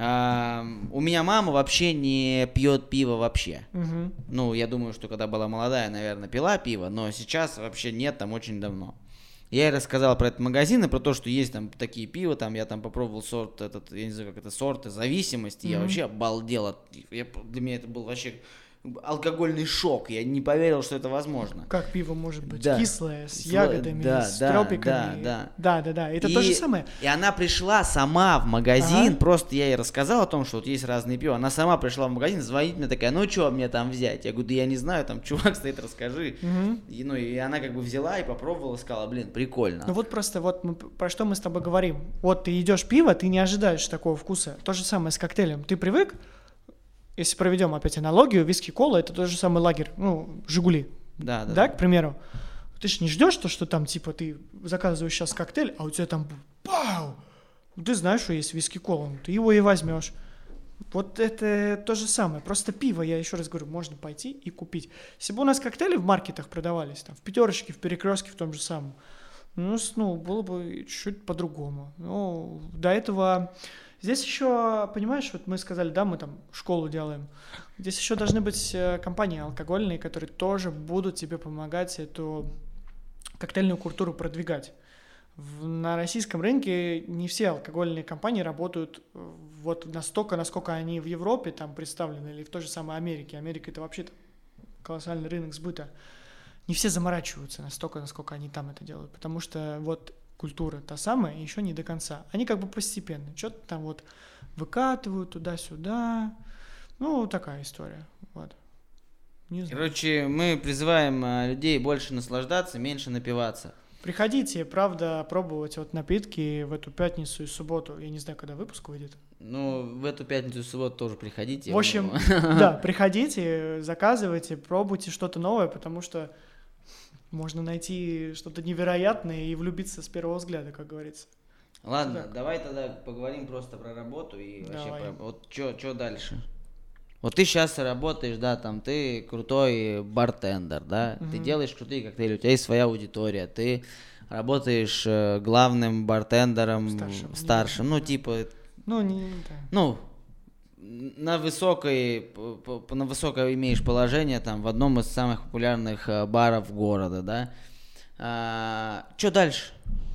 У меня мама вообще не пьет пиво вообще. Угу. Я думаю, что когда была молодая, наверное, пила пиво, но сейчас вообще нет, там очень давно. Я ей рассказал про этот магазин и про то, что есть там такие пива, там я там попробовал сорт этот, я не знаю, как это, сорты зависимости, я вообще обалдел. Для меня это был вообще алкогольный шок, я не поверил, что это возможно. Как пиво может быть кислое, с ягодами, с тропиками. Да, это то же самое. И она пришла сама в магазин, просто я ей рассказал о том, что вот есть разные пива, она сама пришла в магазин, звонит мне такая, что мне там взять? Я говорю, да я не знаю, там чувак стоит, расскажи. И она как бы взяла и попробовала, сказала, прикольно. Вот просто про что мы с тобой говорим. Вот ты идешь пиво, ты не ожидаешь такого вкуса. То же самое с коктейлем. Ты привык. Если проведем опять аналогию, виски-кола — это тот же самый лагерь, Жигули. Да, к примеру. Ты же не ждешь, что там, типа, ты заказываешь сейчас коктейль, а у тебя там, пау! Ты знаешь, что есть виски-кола, ты его и возьмешь. Вот это то же самое. Просто пиво, я еще раз говорю, можно пойти и купить. Если бы у нас коктейли в маркетах продавались, там, в Пятерочке, в Перекрестке, в том же самом, было бы чуть-чуть по-другому. До этого... Здесь еще, понимаешь, вот мы сказали, да, мы там школу делаем. Здесь еще должны быть компании алкогольные, которые тоже будут тебе помогать эту коктейльную культуру продвигать. На российском рынке не все алкогольные компании работают вот настолько, насколько они в Европе там представлены, или в той же самой Америке. Америка — это вообще колоссальный рынок сбыта. Не все заморачиваются настолько, насколько они там это делают, потому что вот культура та самая, еще не до конца. Они как бы постепенно, что-то там вот выкатывают туда-сюда. Ну, такая история. Вот. Не знаю. Короче, мы призываем людей больше наслаждаться, меньше напиваться. Приходите, правда, пробовать вот напитки в эту пятницу и субботу. Я не знаю, когда выпуск выйдет. Ну, в эту пятницу и субботу тоже приходите. В общем, да, приходите, заказывайте, пробуйте что-то новое, потому что можно найти что-то невероятное и влюбиться с первого взгляда, как говорится. Ладно, Так. давай тогда поговорим просто про работу и Давай. вообще про... Вот что дальше? Вот ты сейчас работаешь, да, там, ты крутой бартендер, да, ты делаешь крутые коктейли, у тебя есть своя аудитория, ты работаешь главным бартендером, старшим, ну, да. типа, Ну, не... Да. ну, на высокое имеешь положение там в одном из самых популярных баров города, да. Что дальше?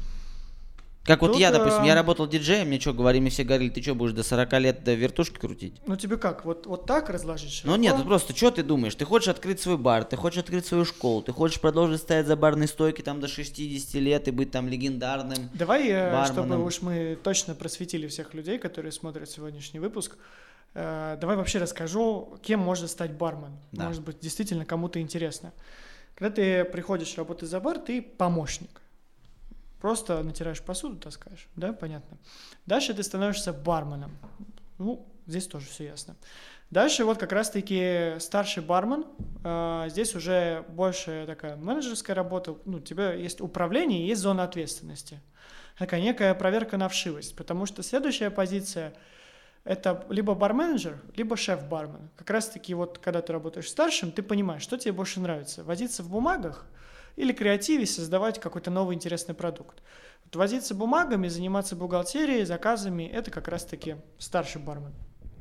Как вот Тут, я, допустим, я работал диджеем, мне что говорили, мне все говорили, ты что, будешь до 40 лет до вертушки крутить? Ну, тебе как, вот так разложить широко? Ну нет, ну просто, что ты думаешь? Ты хочешь открыть свой бар, ты хочешь открыть свою школу, ты хочешь продолжить стоять за барной стойкой там до 60 лет и быть там легендарным Давай, барменом. чтобы уж мы точно просветили всех людей, которые смотрят сегодняшний выпуск, давай вообще расскажу, кем может стать бармен. Да. Может быть, действительно кому-то интересно. Когда ты приходишь работать за бар, ты помощник. Просто натираешь посуду, таскаешь, да, понятно. Дальше ты становишься барменом. Ну, здесь тоже все ясно. Дальше вот как раз-таки старший бармен. Здесь уже больше такая менеджерская работа. Ну, у тебя есть управление и есть зона ответственности. Такая некая проверка на вшивость. Потому что следующая позиция – это либо бар-менеджер, либо шеф-бармен. Как раз-таки вот когда ты работаешь старшим, ты понимаешь, что тебе больше нравится. Возиться в бумагах или креативить, создавать какой-то новый интересный продукт. Вот возиться бумагами, заниматься бухгалтерией, заказами – это как раз-таки старший бармен.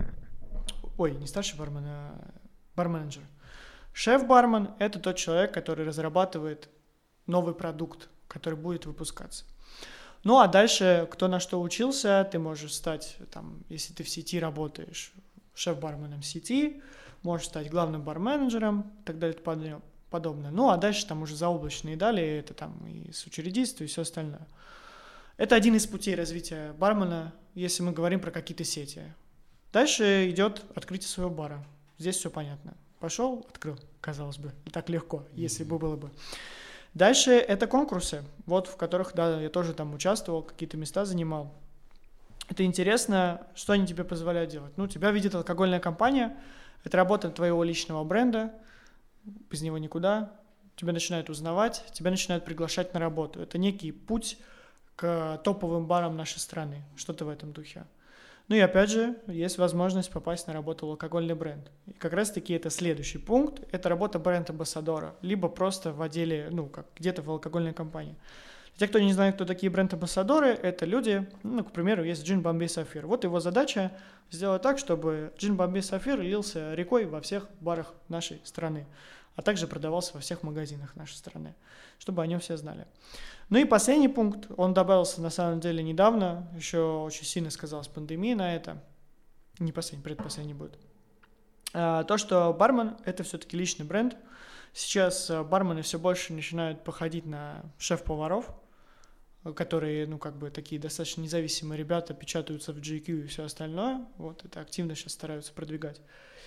Ой, не старший бармен, а бар-менеджер. Шеф-бармен – это тот человек, который разрабатывает новый продукт, который будет выпускаться. Ну, а дальше, кто на что учился, ты можешь стать, там, если ты в сети работаешь, шеф-барменом сети, можешь стать главным бар-менеджером и так далее и подобное. Ну, а дальше там уже заоблачные далее, это там и с учредительства, и все остальное. Это один из путей развития бармена, если мы говорим про какие-то сети. Дальше идет открытие своего бара. Здесь все понятно. Пошел, открыл, казалось бы. И так легко, если бы было бы. Дальше это конкурсы, вот в которых, да, я тоже там участвовал, какие-то места занимал. Это интересно, что они тебе позволяют делать. Ну, тебя видит алкогольная компания, это работа твоего личного бренда, без него никуда, тебя начинают узнавать, тебя начинают приглашать на работу. Это некий путь к топовым барам нашей страны, что-то в этом духе. Ну и опять же, есть возможность попасть на работу в алкогольный бренд. И как раз-таки это следующий пункт, это работа бренд-амбассадора, либо просто в отделе, ну, как где-то в алкогольной компании. Для тех, кто не знает, кто такие бренд-амбассадоры, это люди, ну, к примеру, есть джин Бомбей Сафир. Вот его задача сделать так, чтобы джин Бомбей Сафир лился рекой во всех барах нашей страны, а также продавался во всех магазинах нашей страны, чтобы о нем все знали. Ну и последний пункт, он добавился на самом деле недавно, еще очень сильно сказалась пандемия на это, не последний, предпоследний будет. То, что бармен – это все-таки личный бренд. Сейчас бармены все больше начинают походить на шеф-поваров, которые, ну, как бы такие достаточно независимые ребята, печатаются в GQ и все остальное. Вот это активно сейчас стараются продвигать.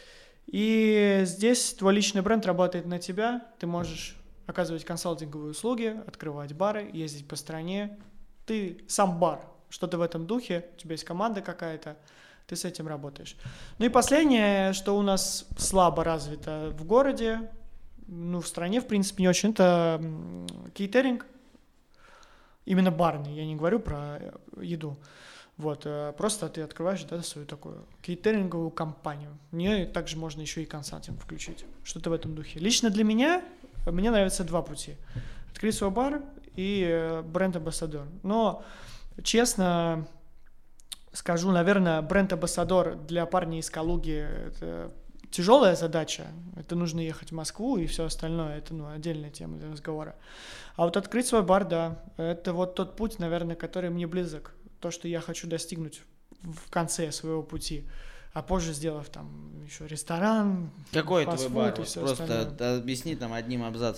И здесь твой личный бренд работает на тебя, ты можешь оказывать консалтинговые услуги, открывать бары, ездить по стране. Ты сам бар, что-то в этом духе, у тебя есть команда какая-то, ты с этим работаешь. Ну и последнее, что у нас слабо развито в городе, ну в стране в принципе не очень, это кейтеринг, именно барный, я не говорю про еду. Вот, просто ты открываешь, да, свою такую кейтеринговую компанию. В нее также можно еще и консалтинг включить, что-то в этом духе. Лично для меня, мне нравятся два пути. Открыть свой бар и бренд-амбассадор. Но, честно скажу, наверное, бренд-амбассадор для парня из Калуги – это тяжелая задача. Это нужно ехать в Москву и все остальное. Это, ну, отдельная тема для разговора. А вот открыть свой бар, да, это вот тот путь, наверное, который мне близок. То, что я хочу достигнуть в конце своего пути, а позже сделав там еще ресторан, какой твой бар? и все Просто остальное. объясни там одним абзацем.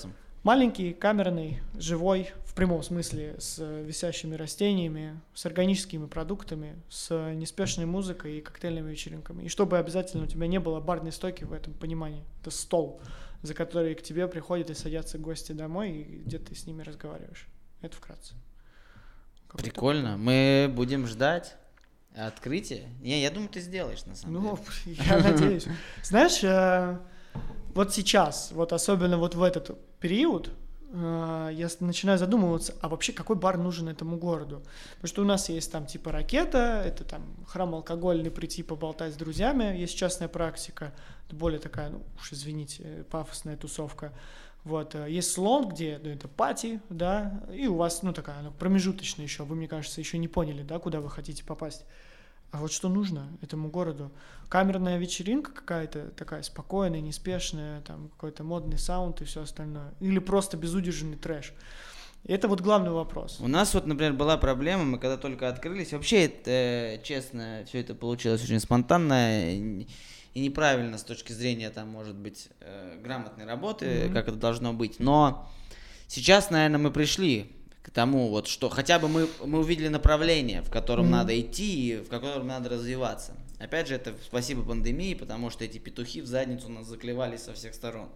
Маленький, камерный, живой, в прямом смысле, с висящими растениями, с органическими продуктами, с неспешной музыкой и коктейльными вечеринками. И чтобы обязательно у тебя не было барной стойки в этом понимании. Это стол, за который к тебе приходят и садятся гости домой, и где ты с ними разговариваешь. Это вкратце. Прикольно. Мы будем ждать открытия. Я думаю, ты сделаешь, на самом деле. Ну, я надеюсь. Знаешь, вот сейчас, вот особенно вот в этот период, я начинаю задумываться, а вообще какой бар нужен этому городу? Потому что у нас есть там типа Ракета, это там храм алкогольный, прийти поболтать с друзьями, есть частная практика, это более такая, ну уж извините, пафосная тусовка. Вот, есть Слон, где, ну, это пати, да, и у вас, ну, такая, ну, промежуточная еще, вы, мне кажется, еще не поняли, да, куда вы хотите попасть. А вот что нужно этому городу? Камерная вечеринка какая-то такая спокойная, неспешная, там какой-то модный саунд и все остальное. Или просто безудержный трэш. И это вот главный вопрос. У нас вот, например, была проблема, мы когда только открылись, вообще, честно, все это получилось очень спонтанно и неправильно с точки зрения, там, может быть, грамотной работы, как это должно быть. Но сейчас, наверное, мы пришли к тому, вот, что хотя бы мы увидели направление, в котором надо идти и в котором надо развиваться. Опять же, это спасибо пандемии, потому что эти петухи в задницу нас заклевали со всех сторон.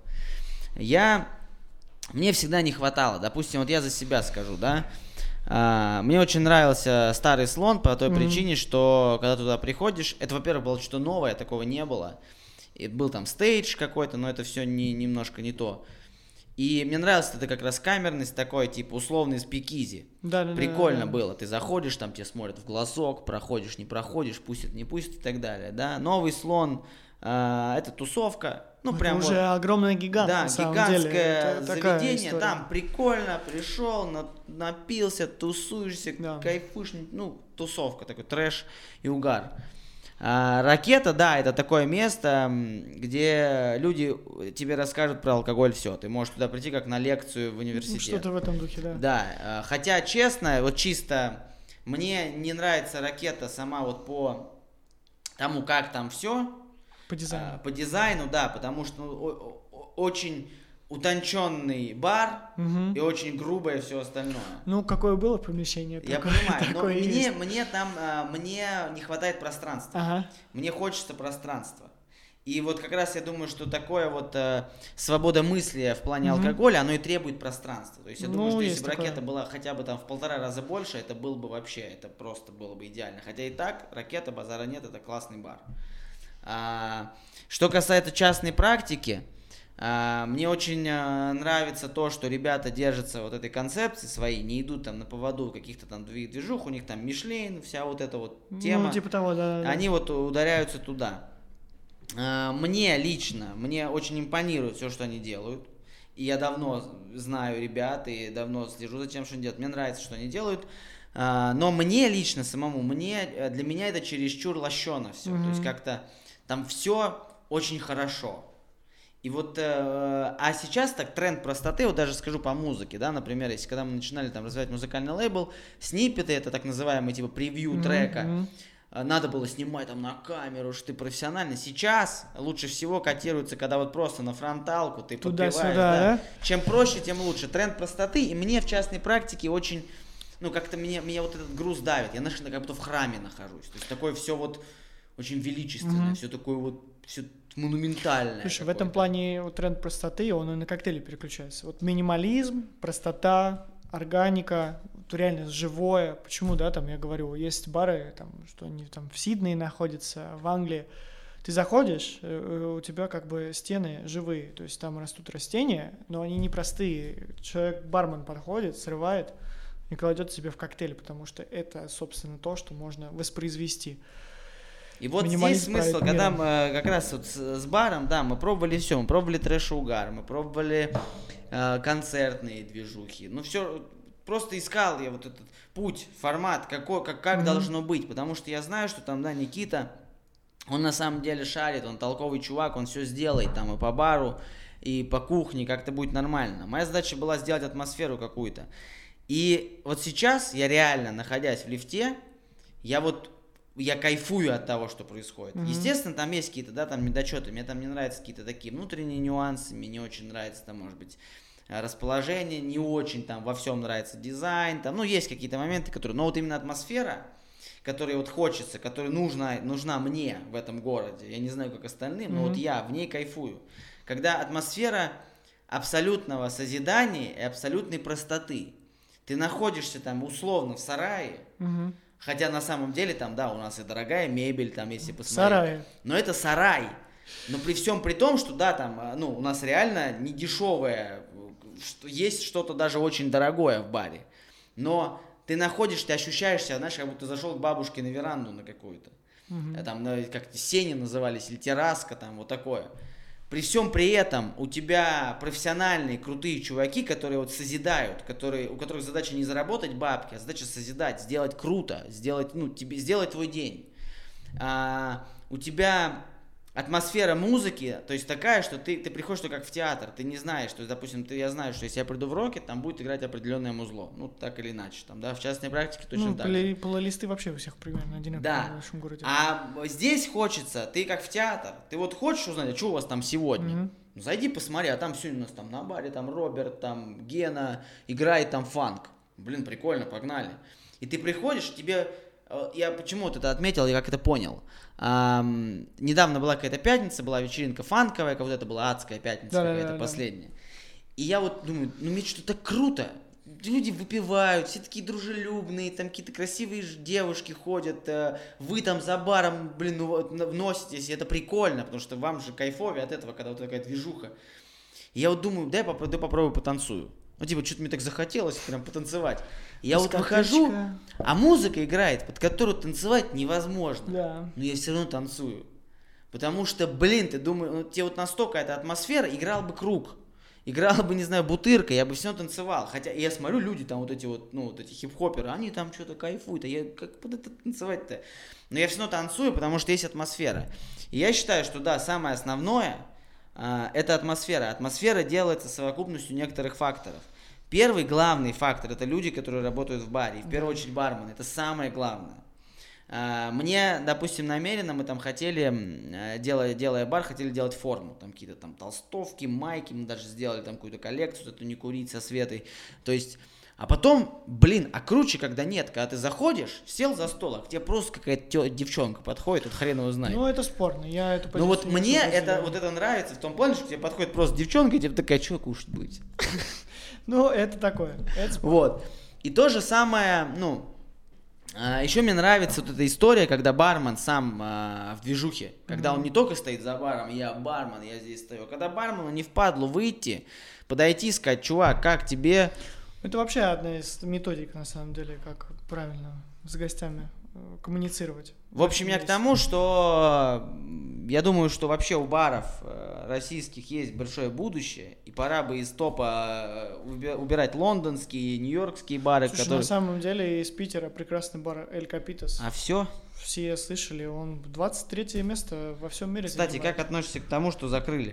Мне всегда не хватало, допустим, вот я за себя скажу, да, мне очень нравился Старый Слон по той причине, что когда туда приходишь, это, во-первых, было что-то новое, такого не было, и был там стейдж какой-то, но это все немножко не то. И мне нравилась эта как раз камерность такой, типа, условный спикизи. Прикольно было. Ты заходишь, там тебе смотрят в глазок, проходишь, не проходишь, пустят, не пустят и так далее, да. Новый Слон, это тусовка. Ну, это прям уже вот, огромный гигант, да, на самом гигантское деле. Это заведение, там прикольно, пришел, напился, тусуешься, кайфуешь, ну, тусовка, такой трэш и угар. Ракета, да, это такое место, где люди тебе расскажут про алкоголь, все. Ты можешь туда прийти как на лекцию в университет. Что-то в этом духе, да. Да, хотя, честно, вот чисто, мне не нравится Ракета сама вот по тому, как там все. По дизайну. По дизайну, да, потому что очень утонченный бар и очень грубое все остальное. Ну, какое было помещение? Я понимаю, но мне не хватает пространства. Ага. Мне хочется пространства. И вот как раз я думаю, что такое вот свобода мысли в плане алкоголя, оно и требует пространства. То есть я думаю, что если бы Ракета была хотя бы там в 1,5 раза больше, это было бы вообще, это просто было бы идеально. Хотя и так, Ракета, базара нет, это классный бар. Что касается частной практики, мне очень нравится то, что ребята держатся вот этой концепции своей, не идут там на поводу каких-то там движух, у них там Мишлен, вся вот эта вот тема. Ну, типа того, да. Они вот ударяются туда. Мне лично, мне очень импонирует все, что они делают. И я давно знаю ребят и давно слежу за тем, что они делают. Мне нравится, что они делают. Но мне лично самому, для меня это чересчур лощено все. То есть как-то там все очень хорошо. И вот, а сейчас так тренд простоты, вот даже скажу по музыке, да, например, если когда мы начинали там развивать музыкальный лейбл, сниппеты, это так называемый типа превью трека, надо было снимать там на камеру, что ты профессиональный. Сейчас лучше всего котируется, когда вот просто на фронталку ты подпеваешь, да. Чем проще, тем лучше. Тренд простоты, и мне в частной практике очень, ну как-то меня вот этот груз давит, я как будто в храме нахожусь, то есть такое все вот очень величественное, все такое вот, все монументальное. Слушай, в этом плане вот тренд простоты, он и на коктейли переключается. Вот минимализм, простота, органика, вот реально живое. Почему, да, там я говорю, есть бары, там, что они там в Сиднее находятся, в Англии. Ты заходишь, у тебя как бы стены живые, то есть там растут растения, но они не простые. Бармен подходит, срывает и кладет себе в коктейль, потому что это, собственно, то, что можно воспроизвести. И вот здесь смысл, когда мы как раз вот с баром, да, мы пробовали все, мы пробовали трэш-угар, мы пробовали концертные движухи, ну все, просто искал я вот этот путь, формат, как должно быть, потому что я знаю, что там, да, Никита, он на самом деле шарит, он толковый чувак, он все сделает там и по бару, и по кухне, как-то будет нормально. Моя задача была сделать атмосферу какую-то. И вот сейчас я реально, находясь в лифте, я кайфую от того, что происходит. Естественно, там есть какие-то, да, там недочеты. Мне там не нравятся какие-то такие внутренние нюансы. Мне не очень нравится, там, может быть, расположение не очень, там во всем нравится дизайн, там, ну, есть какие-то моменты, которые, но вот именно атмосфера, которая вот хочется, которая нужна мне в этом городе, я не знаю, как остальным, но вот я в ней кайфую. Когда атмосфера абсолютного созидания и абсолютной простоты. Ты находишься там условно в сарае, хотя на самом деле там, да, у нас и дорогая мебель, там, если посмотреть. Сарай. Но это сарай. Но при всем при том, что, да, там, ну, у нас реально не дешевое, есть что-то даже очень дорогое в баре. Но ты ощущаешь себя, знаешь, как будто зашел к бабушке на веранду на какую-то. Там, как сени назывались, или терраска, там, вот такое. При всем при этом у тебя профессиональные, крутые чуваки, которые вот созидают, у которых задача не заработать бабки, а задача созидать, сделать круто, сделать твой день. У тебя атмосфера музыки, то есть такая, что ты приходишь как в театр, ты не знаешь, то есть, допустим, я знаю, что если я приду в Рокет, там будет играть определенное музло, ну, так или иначе, там, да, в частной практике точно так же. Плейлисты вообще у всех примерно одинаковые, да. В нашем городе. А здесь хочется, ты как в театр, ты вот хочешь узнать, а что у вас там сегодня? Ну, зайди посмотри, а там сегодня у нас там на баре, там Роберт, там Гена, играет там фанк. Блин, прикольно, погнали. И ты приходишь, я почему вот это отметил, я как это понял. Недавно была какая-то пятница, была вечеринка фанковая, как вот это была адская пятница какая-то последняя. И я вот думаю, мне что-то круто. Люди выпивают, все такие дружелюбные, там какие-то красивые девушки ходят, вы там за баром, блин, носитесь, и это прикольно, потому что вам же кайфовее от этого, когда вот такая движуха. И я вот думаю, дай попробую потанцую. Ну, типа, что-то мне так захотелось прям потанцевать. Я вот выхожу, а музыка играет, под которую танцевать невозможно. Да. Но я все равно танцую. Потому что, блин, ты думаешь, тебе вот настолько эта атмосфера, играл бы круг. Играла бы, не знаю, бутырка, я бы все равно танцевал. Хотя я смотрю, люди там вот эти хип-хоперы, они там что-то кайфуют, а я как под это танцевать-то? Но я все равно танцую, потому что есть атмосфера. И я считаю, что да, самое основное это атмосфера. Атмосфера делается совокупностью некоторых факторов. Первый главный фактор — это люди, которые работают в баре. И в первую очередь бармен. Это самое главное. Мне, допустим, намеренно мы там хотели, делая бар, хотели делать форму. Там какие-то там толстовки, майки. Мы даже сделали там какую-то коллекцию, эту «Не курить» со Светой. То есть, а потом, круче, когда нет. Когда ты заходишь, сел за стол, а к тебе просто какая-то девчонка подходит, вот хрен его знает. Ну, это спорно, я эту позицию. Ну вот мне это нравится в том плане, что к тебе подходит просто девчонка, и тебе такая, что кушать будете? Ну, это такое. Вот. И то же самое, еще мне нравится вот эта история, когда бармен сам в движухе, когда он не только стоит за баром, я бармен, я здесь стою, а когда бармену не впадлу выйти, подойти и сказать, чувак, как тебе? Это вообще одна из методик, на самом деле, как правильно с гостями коммуницировать. В общем, я к тому, что я думаю, что вообще у баров российских есть большое будущее, и пора бы из топа убирать лондонские, нью-йоркские бары. Слушай, на самом деле из Питера прекрасный бар Эль Капитас. А все? Все слышали, он 23 место во всем мире. Кстати, занимает. как относишься к тому, что закрыли?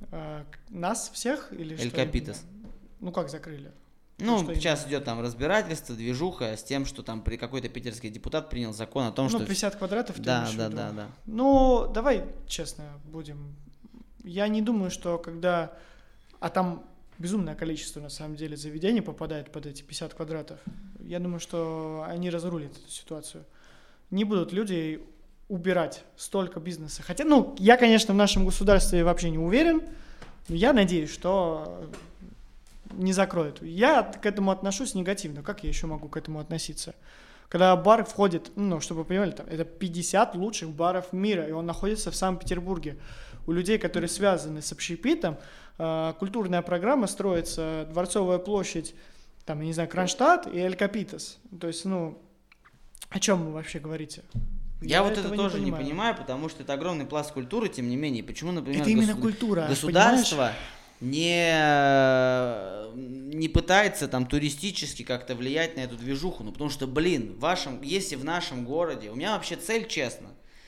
Нас всех или Эль что? Капитас. Ну как закрыли? Сейчас идет там разбирательство, движуха с тем, что там какой-то питерский депутат принял закон о том, что... 50 квадратов ты да. Ну, давай честно будем. Я не думаю, что когда... А там безумное количество, на самом деле, заведений попадает под эти 50 квадратов. Я думаю, что они разрулят эту ситуацию. Не будут люди убирать столько бизнеса. Хотя, я, конечно, в нашем государстве вообще не уверен, но я надеюсь, что... не закроют. Я к этому отношусь негативно. Как я еще могу к этому относиться? Когда бар входит, чтобы вы понимали, это 50 лучших баров мира, и он находится в Санкт-Петербурге. У людей, которые связаны с общепитом, культурная программа строится, Дворцовая площадь, там, я не знаю, Кронштадт и Эль Капитас. То есть, о чем вы вообще говорите? Я вот это тоже не понимаю, потому что это огромный пласт культуры, тем не менее. Почему, например, это именно культура, государство не пытается там туристически как-то влиять на эту движуху? Потому что, если в нашем городе, у меня вообще цель, честно,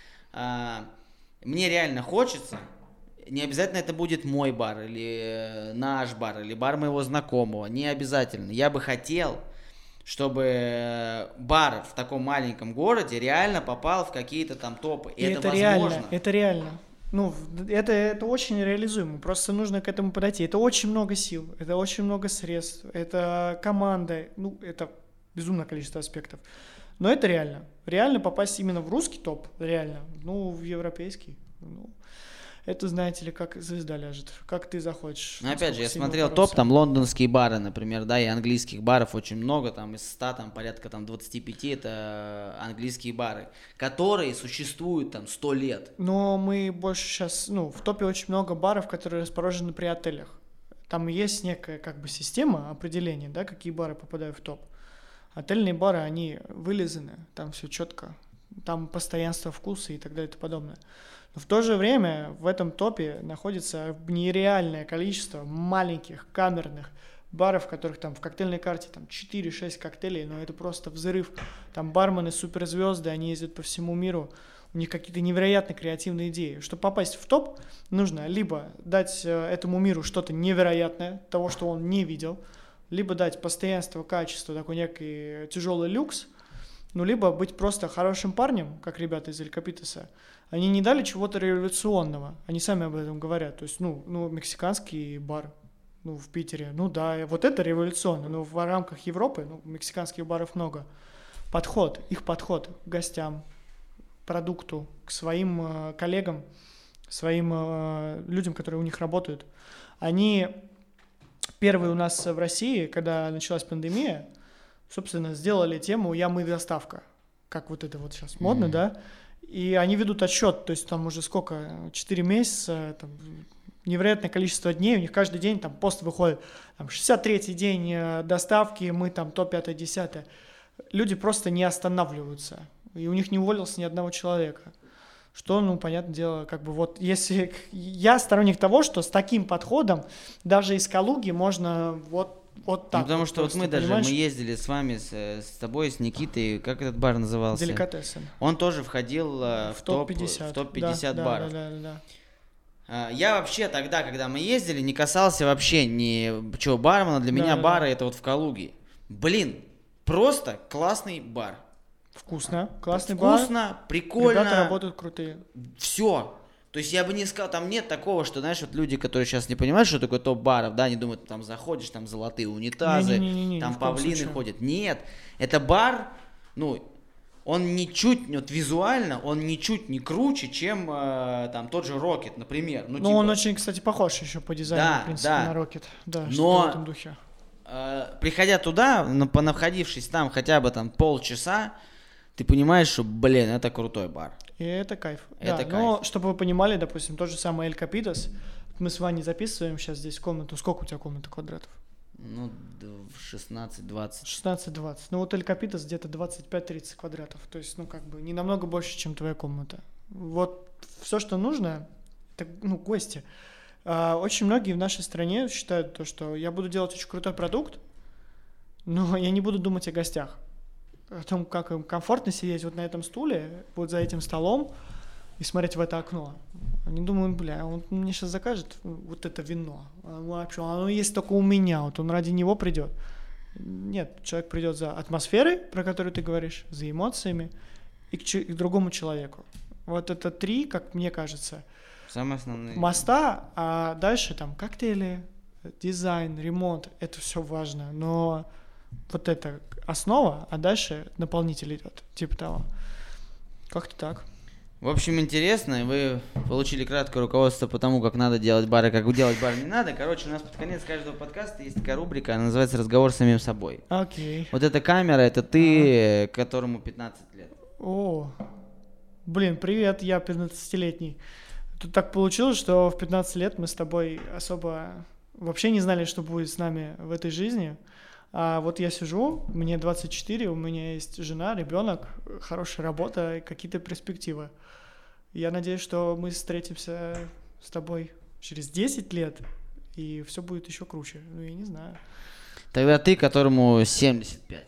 мне реально хочется, не обязательно это будет мой бар, или наш бар, или бар моего знакомого, не обязательно. Я бы хотел, чтобы бар в таком маленьком городе реально попал в какие-то там топы. И это возможно. Это реально. Ну, это очень реализуемо, просто нужно к этому подойти. Это очень много сил, это очень много средств, это команда, ну, это безумное количество аспектов. Но это реально. Реально попасть именно в русский топ, реально, ну, в европейский, ну, это, знаете ли, как звезда ляжет, как ты захочешь. Ну, опять же, я сильно смотрел бороться. топ, там лондонские бары, например, да, и английских баров очень много, там из 100, там порядка там 25 это английские бары, которые существуют там 100 лет. Но мы больше сейчас, ну, в топе очень много баров, которые расположены при отелях. Там есть некая как бы система определения, да, какие бары попадают в топ. Отельные бары, они вылизаны, там все четко, там постоянство вкуса и так далее и тому подобное. Но в то же время в этом топе находится нереальное количество маленьких камерных баров, в которых там в коктейльной карте там 4-6 коктейлей, но это просто взрыв. Там бармены, суперзвезды, они ездят по всему миру, у них какие-то невероятно креативные идеи. Чтобы попасть в топ, нужно либо дать этому миру что-то невероятное, того, что он не видел, либо дать постоянство, качество, такой некий тяжелый люкс, ну, либо быть просто хорошим парнем, как ребята из Эль Капитоса. Они не дали чего-то революционного, они сами об этом говорят. То есть, ну мексиканский бар, ну, в Питере, ну да, вот это революционно, но в рамках Европы, ну, мексиканских баров много. Их подход к гостям, продукту, к своим коллегам, своим людям, которые у них работают. Они первые у нас в России, когда началась пандемия, собственно, сделали тему «Я, мы, доставка». Как вот это вот сейчас модно, да? И они ведут отсчет, то есть там уже сколько, 4 месяца, там, невероятное количество дней, у них каждый день там пост выходит, там, 63-й день доставки, мы там то 5-10. Люди просто не останавливаются, и у них не уволился ни одного человека. Что, ну, понятное дело, как бы вот, если... Я сторонник того, что с таким подходом даже из Калуги можно вот так. Ну, потому вот что вот мы даже, мы ездили с вами, с тобой, с Никитой, как этот бар назывался? Деликатесен. Он тоже входил в топ-50. В топ-50 баров. Да. Я вообще тогда, когда мы ездили, не касался вообще ничего бармена. Для меня бары это вот в Калуге. Блин, просто классный бар. Вкусно, классный бар. Вкусно, прикольно. Ребята работают крутые. Все. То есть я бы не сказал, там нет такого, что, знаешь, вот люди, которые сейчас не понимают, что такое топ-баров, да, они думают, там заходишь, там золотые унитазы, там павлины ходят. Нет, это бар, ну, он ничуть, вот визуально, он ничуть не круче, чем там тот же Rocket, например. Ну, типа... он очень, кстати, похож еще по дизайну, да, в принципе, да. на Rocket. Да, но в этом духе. Приходя туда, понаходившись там хотя бы там полчаса, ты понимаешь, что, блин, это крутой бар. И это кайф. Это да, кайф. Но, чтобы вы понимали, допустим, тот же самый Эль Капитос, мы с Ваней записываем сейчас здесь комнату. Сколько у тебя комната квадратов? Ну, 16-20. 16-20. Ну, вот Эль Капитос где-то 25-30 квадратов. То есть, ну, как бы, не намного больше, чем твоя комната. Вот все, что нужно, это, ну, гости. Очень многие в нашей стране считают то, что я буду делать очень крутой продукт, но я не буду думать о гостях. О том, как им комфортно сидеть вот на этом стуле, вот за этим столом и смотреть в это окно. Они думают, бля, он мне сейчас закажет вот это вино. Вообще, оно есть только у меня, вот он ради него придет. Нет, человек придет за атмосферой, про которую ты говоришь, за эмоциями и к другому человеку. Вот это 3, как мне кажется, самые основные моста, а дальше там коктейли, дизайн, ремонт, это все важно, но вот это основа, а дальше наполнитель идет, типа того. Как-то так. В общем, интересно, вы получили краткое руководство по тому, как надо делать бары, как делать бар не надо. Короче, у нас под конец каждого подкаста есть такая рубрика, она называется «Разговор с самим собой». Окей. Вот эта камера, это ты, которому 15 лет. О, блин, привет, я 15-летний. Тут так получилось, что в 15 лет мы с тобой особо вообще не знали, что будет с нами в этой жизни. А вот я сижу, мне 24, у меня есть жена, ребенок, хорошая работа и какие-то перспективы. Я надеюсь, что мы встретимся с тобой через 10 лет, и все будет еще круче. Ну, я не знаю. Тогда ты, которому 75.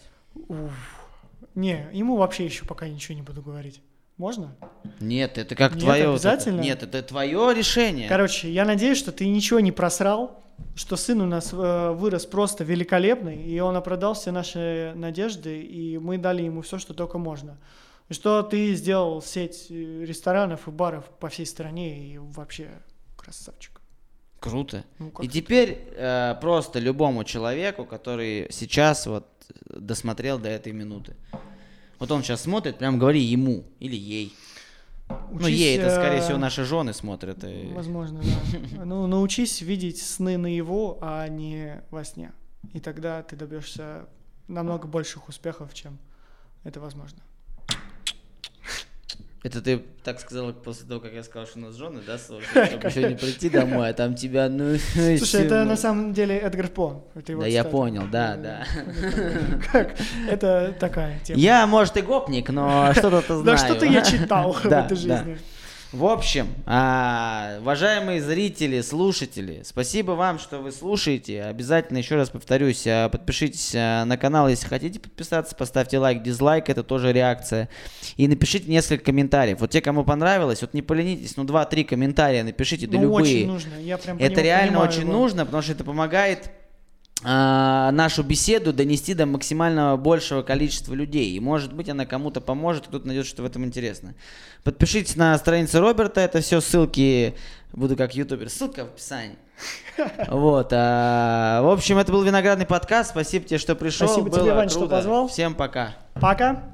Не, ему вообще еще пока ничего не буду говорить. Можно? Нет, это как Нет, твое... обязательно? Нет, это твое решение. Короче, я надеюсь, что ты ничего не просрал, что сын у нас вырос просто великолепный, и он оправдал все наши надежды, и мы дали ему все, что только можно. Что ты сделал сеть ресторанов и баров по всей стране, и вообще красавчик. Круто. Ну, как И это? теперь просто любому человеку, который сейчас вот досмотрел до этой минуты. Вот он сейчас смотрит, прям говори ему или ей. Ну, ей это, скорее всего, наши жены смотрят. Возможно, да. Ну, научись видеть сны наяву, а не во сне. И тогда ты добьешься намного больших успехов, чем это возможно. Это ты так сказал после того, как я сказал, что у нас жены, да, слушай, чтобы еще не прийти домой, а там тебя, ну... Слушай, это на самом деле Эдгар По. Да, я понял, да. Это такая тема. Я, может, и гопник, но что-то знаю. Да, что-то я читал в этой жизни. В общем, уважаемые зрители, слушатели, спасибо вам, что вы слушаете. Обязательно, еще раз повторюсь, подпишитесь на канал, если хотите подписаться, поставьте лайк, дизлайк, это тоже реакция. И напишите несколько комментариев. Вот те, кому понравилось, вот не поленитесь, 2-3 комментария напишите, да любые. Очень нужно, я прям это реально очень его. нужно, потому что это помогает нашу беседу донести до максимально большего количества людей. И, может быть, она кому-то поможет, кто-то найдет что в этом интересно. Подпишитесь на страницу Роберта, это все ссылки, буду как ютубер, ссылка в описании. Вот. В общем, это был Виноградный подкаст. Спасибо тебе, что пришел. Спасибо тебе, Вань, что позвал. Всем пока. Пока.